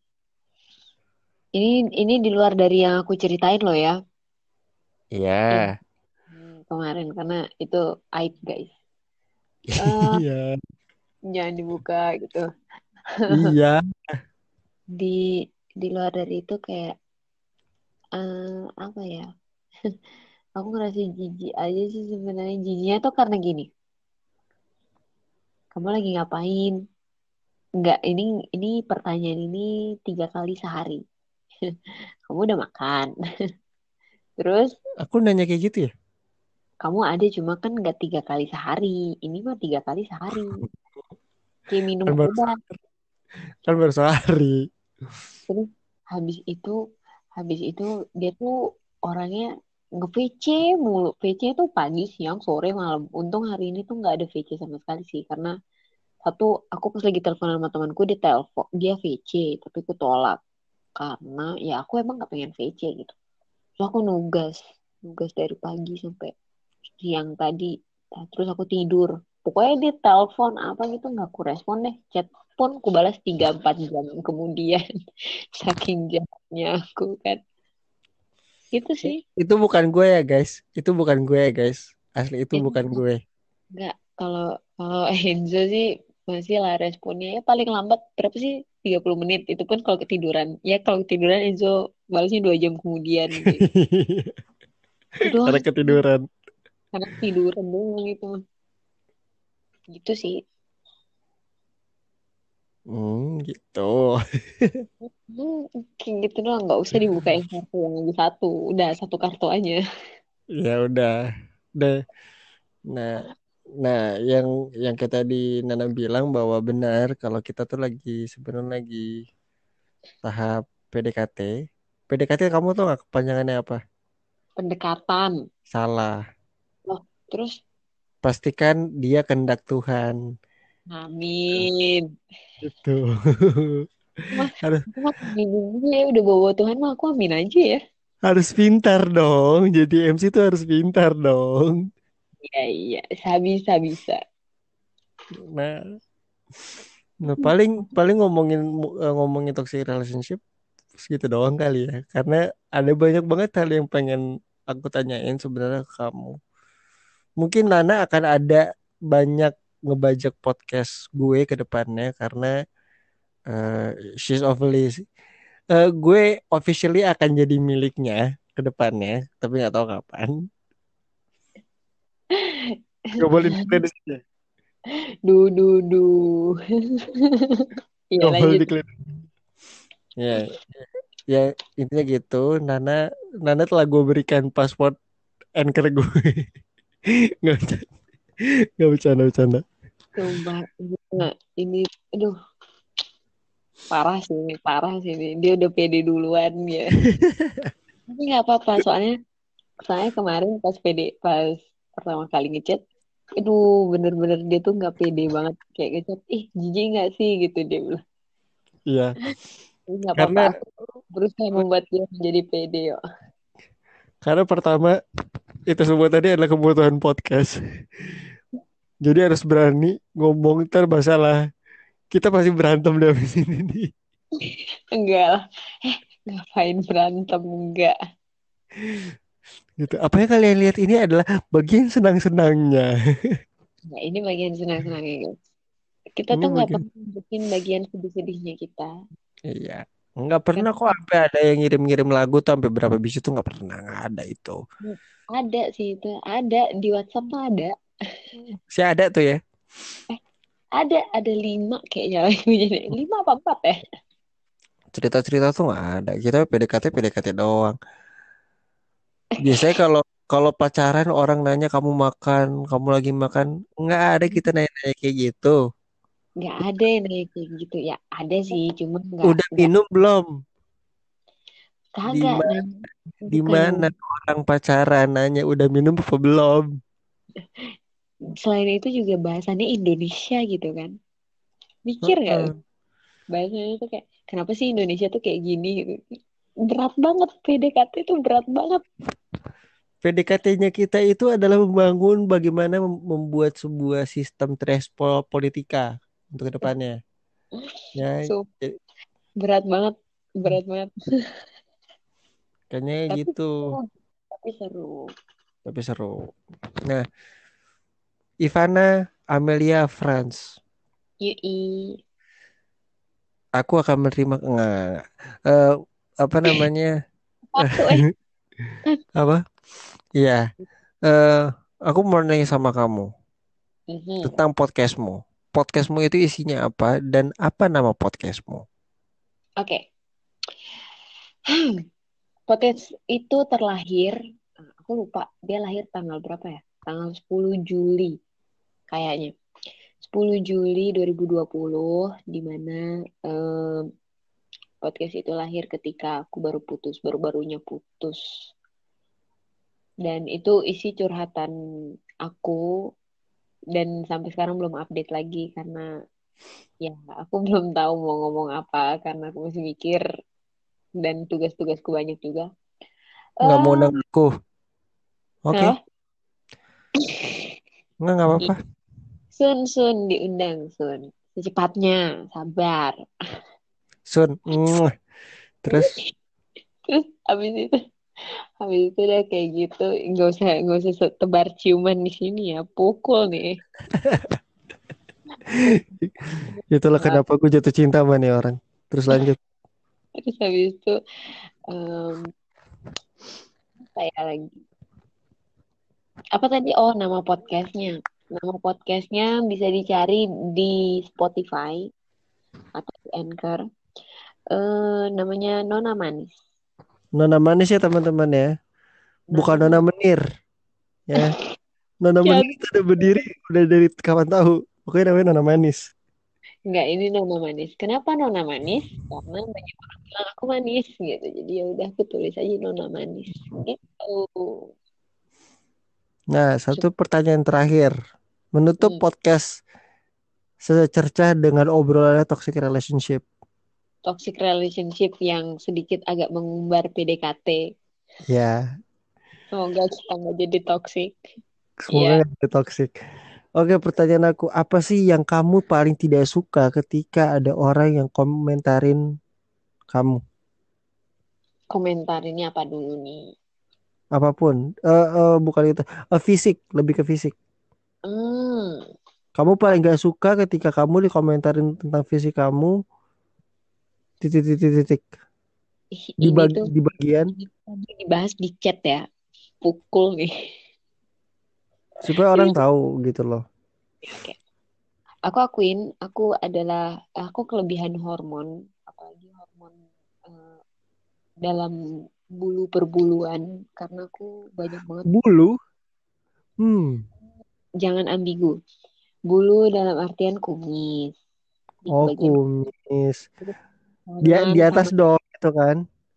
ini ini di luar dari yang aku ceritain loh ya. Yang Iya. hmm, kemarin karena itu aib guys. Eh Iya. jangan dibuka gitu. Iya. Di di luar dari itu kayak eh apa ya? Aku ngerasa jijik aja sih sebenarnya jijiknya tuh karena gini. Kamu lagi ngapain? Enggak, ini ini pertanyaan ini tiga kali sehari. Kamu udah makan. Terus Aku nanya kayak gitu ya. kamu ada cuma kan nggak tiga kali sehari. Ini mah tiga kali sehari. Kayak minum Kan baru obat. kan baru sehari. Terus habis itu habis itu dia tuh orangnya nge-V C mulu. V C tuh pagi, siang, sore, malam. Untung hari ini tuh nggak ada V C sama sekali sih. Karena satu, aku pas lagi telepon sama temanku, dia telepon, dia V C, tapi aku tolak. Karena ya aku emang nggak pengen V C gitu. Terus aku nugas, nugas dari pagi sampai siang tadi. Nah, terus aku tidur. Pokoknya dia telepon apa gitu nggak aku respon deh. Chat pun aku balas tiga empat jam kemudian. Saking jahatnya aku kan. Itu sih. Itu bukan gue ya guys. Itu bukan gue ya guys. Asli itu Itu bukan gue. nggak. Kalau kalau Enzo sih masih lah responnya ya paling lambat berapa sih? Tiga puluh menit. Itu pun kalau ketiduran. Ya kalau ketiduran Enzo balasnya dua jam kemudian gitu. Itu Karena doang. ketiduran. Karena tiduran doang itu mah. Gitu sih. Hmm, gitu. Hmm, kayak gitu doang, nggak usah dibuka yang kartu yang lagi satu, udah satu kartu aja. Ya udah. Deh. Nah, Nah, yang yang kayak tadi Nana bilang bahwa benar kalau kita tuh lagi sebenarnya lagi tahap P D K T. P D K T kamu tuh nggak kepanjangannya apa? Pendekatan. Salah. Loh, terus Pastikan dia kehendak Tuhan. amin. Itu. Mas, Harus aku mah amin dulu ya udah bawa Tuhan mah aku amin aja ya. harus pintar dong. Jadi M C itu harus pintar dong. Iya iya, bisa bisa bisa. Nah, nah paling paling ngomongin eh, ngomongin toxic relationship segitu doang kali ya. Karena ada banyak banget hal yang pengen aku tanyain sebenarnya ke kamu. Mungkin Nana akan ada banyak ngebajak podcast gue ke depannya karena eh, she's officially eh, gue officially akan jadi miliknya ke depannya, tapi nggak tahu kapan. Gak boleh diklaim di sini. Du du du. Iya Gak boleh lanjut. diklaim. Ya, ya intinya gitu. Nana, Nana telah gue berikan password anchor gue. Nggak bercanda, nggak bercanda, bercanda. Sumpah, ini, ini, aduh, parah sih ini, parah sih ini. Dia udah pede duluan ya. Tapi nggak apa-apa, soalnya saya kemarin pas pede, pas pertama kali ngechat, aduh, bener-bener dia tuh nggak pede banget. Kayak ngechat, ih, jijik nggak sih gitu dia bilang. Iya, Tapi nggak apa-apa, karena aku berusaha membuat dia menjadi pede yo. karena pertama itu semua tadi adalah kebutuhan podcast. Jadi harus berani ngomong ntar masalah. Kita pasti berantem dari sini nih. Enggak lah, eh, ngapain berantem, enggak. Gitu. Apa yang kalian lihat ini adalah bagian senang-senangnya. Nah, ini bagian senang-senangnya, guys. Kita Ini tuh nggak bagian. pernah nunjukin bagian sedih-sedihnya kita. Iya. Nggak pernah Karena kok sampai ada yang ngirim-ngirim lagu tuh sampai berapa biji tuh nggak pernah. Nggak ada itu. ada sih itu, ada di WhatsApp tuh ada. Si ada tuh ya. Eh, ada, ada lima kayaknya lagi jadi lima apa empat ya? Cerita-cerita tuh nggak ada. Kita P D K T P D K T doang. Biasanya kalau kalau pacaran orang nanya kamu makan, kamu lagi makan, nggak ada kita nanya-nanya kayak gitu. Nggak ada yang kayak gitu ya, ada sih, cuma nggak Udah nggak minum belum? Di kagak ma- nanya, di bukan. mana orang pacaran nanya udah minum apa belum? Selain itu juga bahasannya Indonesia gitu kan, mikir nggak Heeh. bahasanya itu kayak kenapa sih Indonesia tuh kayak gini gitu. Berat banget, P D K T itu berat banget. P D K T-nya kita itu adalah membangun bagaimana mem- membuat sebuah sistem threshold politika untuk kedepannya. Ya, So j- berat banget, berat banget. kayaknya Tapi gitu. seru, tapi seru. Tapi seru. Nah, Ivana Amelia France. Yui. Aku akan menerima enggak, enggak. Eh, apa namanya? Satu eh. Apa? Iya. Eh, aku mau nanya sama kamu Mhm. tentang podcastmu. Podcastmu itu isinya apa dan apa nama podcastmu? Oke. Potes itu terlahir, eh, aku lupa dia lahir tanggal berapa ya? Tanggal sepuluh Juli kayaknya. sepuluh Juli dua ribu dua puluh di mana eh, podcast itu lahir ketika aku baru putus, baru-barunya putus. Dan itu isi curhatan aku dan sampai sekarang belum update lagi karena ya aku belum tahu mau ngomong apa karena aku masih mikir dan tugas-tugasku banyak juga. Nggak mau Eh, undang aku. Oke. kenapa? Nggak, nggak apa-apa. Sun, Sun diundang Sun. Secepatnya, sabar. Sun. Mwah. Terus Terus habis itu, habis itu udah kayak gitu, nggak usah nggak usah se- tebar ciuman di sini ya, pukul nih. itulah Nah, kenapa aku jatuh cinta sama nih orang. Terus lanjut. terus habis itu em, apa ya lagi? Apa tadi? Oh, nama podcastnya. Nama podcastnya bisa dicari di Spotify atau di Anchor. Eh, namanya Nona Manis. Nona manis ya teman-teman ya. Bukan Nona nona Manis. menir ya. Nona Chat. Manis itu udah berdiri udah dari kapan tahu. Pokoknya namanya Nona Manis. Enggak, ini Nona Manis. Kenapa Nona Manis? Karena banyak orang bilang aku manis gitu. Jadi ya udah aku tulis aja Nona Manis. Gitu. Nah, satu pertanyaan terakhir. Menutup Hmm. podcast secercah dengan obrolannya toxic relationship. Toxic relationship yang sedikit agak mengumbar P D K T. Ya, Semoga kita nggak jadi toxic. semoga Iya, gak ada toxic. Oke, pertanyaan aku, apa sih yang kamu paling tidak suka ketika ada orang yang komentarin kamu? komentar ini apa dulu nih? Apapun, eh eh, bukan itu, Eh, fisik, lebih ke fisik. Hmm, Kamu paling gak suka ketika kamu dikomentarin tentang fisik kamu, titik titik titik ih, di ini bag- tuh di bagian ini tadi dibahas di chat ya. Pukul nih. supaya orang tahu gitu loh. Oke. Aku akuin, aku adalah, aku kelebihan hormon, apalagi hormon eh, dalam bulu perbuluan, karena aku banyak banget. Bulu, hmm, Jangan ambigu. Bulu dalam artian kumis di oh bagian kumis, dia tangan di atas sama dong, itu kan?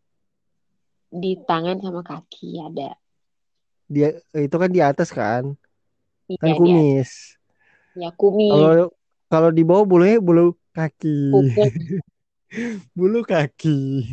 di tangan sama kaki ada. Dia itu kan di atas kan? Kan Iya dia. kumis. Ya kumis, Kalau kalau di bawah bulunya bulu kaki, pukul bulu kaki.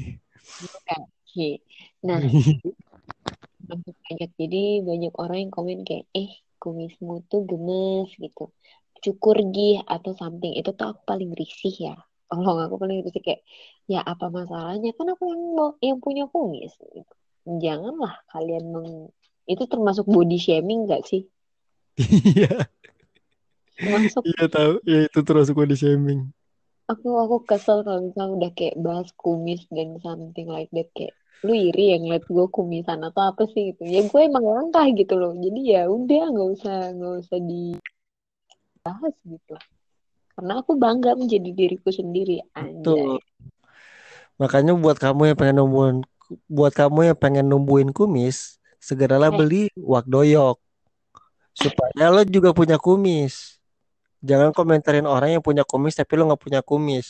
kaki. Nah, banyak banyak. Jadi banyak orang yang komen kayak, eh kumismu tuh gemes gitu. Cukur gih atau something. Itu tuh aku paling risih ya. Tolong aku paling risih kayak, ya apa masalahnya? Kan aku yang mau yang punya kumis. Gitu. Janganlah kalian meng... Itu termasuk body shaming gak sih? Iya, Termasuk iya tahu. Ya itu terus body shaming. aku aku kesel kalau misalnya udah kayak bahas kumis dan something like that kayak lu iri yang ngeliat gue kumisan atau apa sih gitu ya gue emang langkah gitu loh jadi ya udah nggak usah nggak usah dibahas gitu karena aku bangga menjadi diriku sendiri anjay. Tuh. Makanya buat kamu yang pengen numbuhin buat kamu yang pengen numbuhin kumis, segeralah Eh, beli wak doyok supaya lo juga punya kumis. Jangan komentarin orang yang punya kumis tapi lo nggak punya kumis.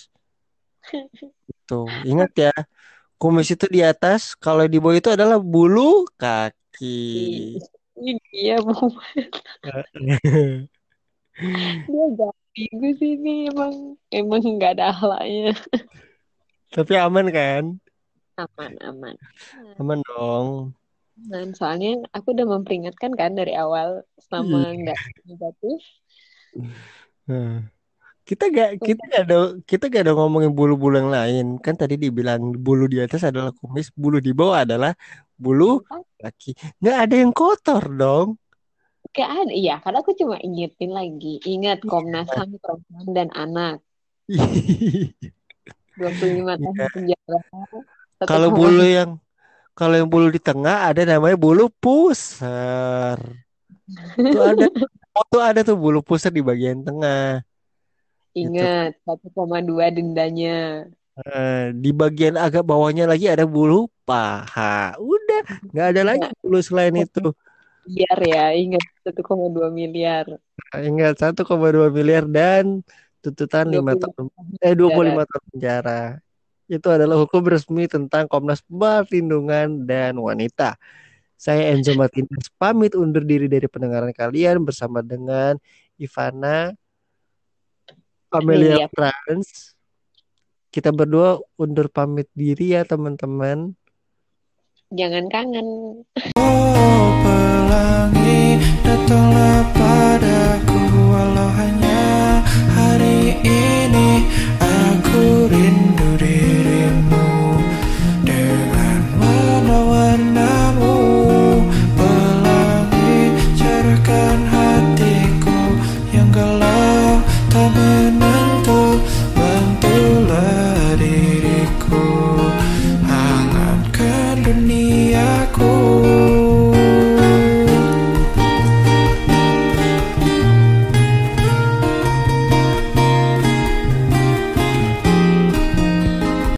Tuh, ingat ya, kumis itu di atas, kalau di bawah itu adalah bulu kaki. ini dia mau dia gak minggu sih ini emang emang nggak ada akhlaknya. Tapi aman kan? Aman aman. Aman dong. Dan soalnya aku udah memperingatkan kan dari awal selama Iya. nggak negatif. Nah, kita gak kita gak ada kita gak ada ngomongin bulu-bulu yang lain. Kan tadi dibilang bulu di atas adalah kumis, bulu di bawah adalah bulu Sumpah, kaki. Nggak ada yang kotor dong. kayak ada, iya, karena aku cuma ingetin lagi. Ingat Komnas H A M Perempuan dan Anak, dua puluh lima tahun Iya. penjara, satu Kalau koma bulu yang kalau yang bulu di tengah ada namanya bulu pusar. Tuh ada oh, tuh ada tuh bulu pusar di bagian tengah. Gitu. Ingat, satu koma dua dendanya. Eh, di bagian agak bawahnya lagi ada bulu paha. Udah, nggak ada lagi Nah, bulu selain itu. miliar ya, ingat satu koma dua miliar. Ingat satu koma dua miliar dan tuntutan dua lima puluh lima tahun tahun eh dua puluh penjara. lima tahun penjara. Itu adalah hukum resmi tentang Komnas Perlindungan dan Wanita. Saya Enzo Martinez pamit undur diri dari pendengaran kalian bersama dengan Ivana Amelia Amelia, Franz. Kita berdua undur pamit diri ya teman-teman. jangan kangen. Oh pelangi datanglah padaku.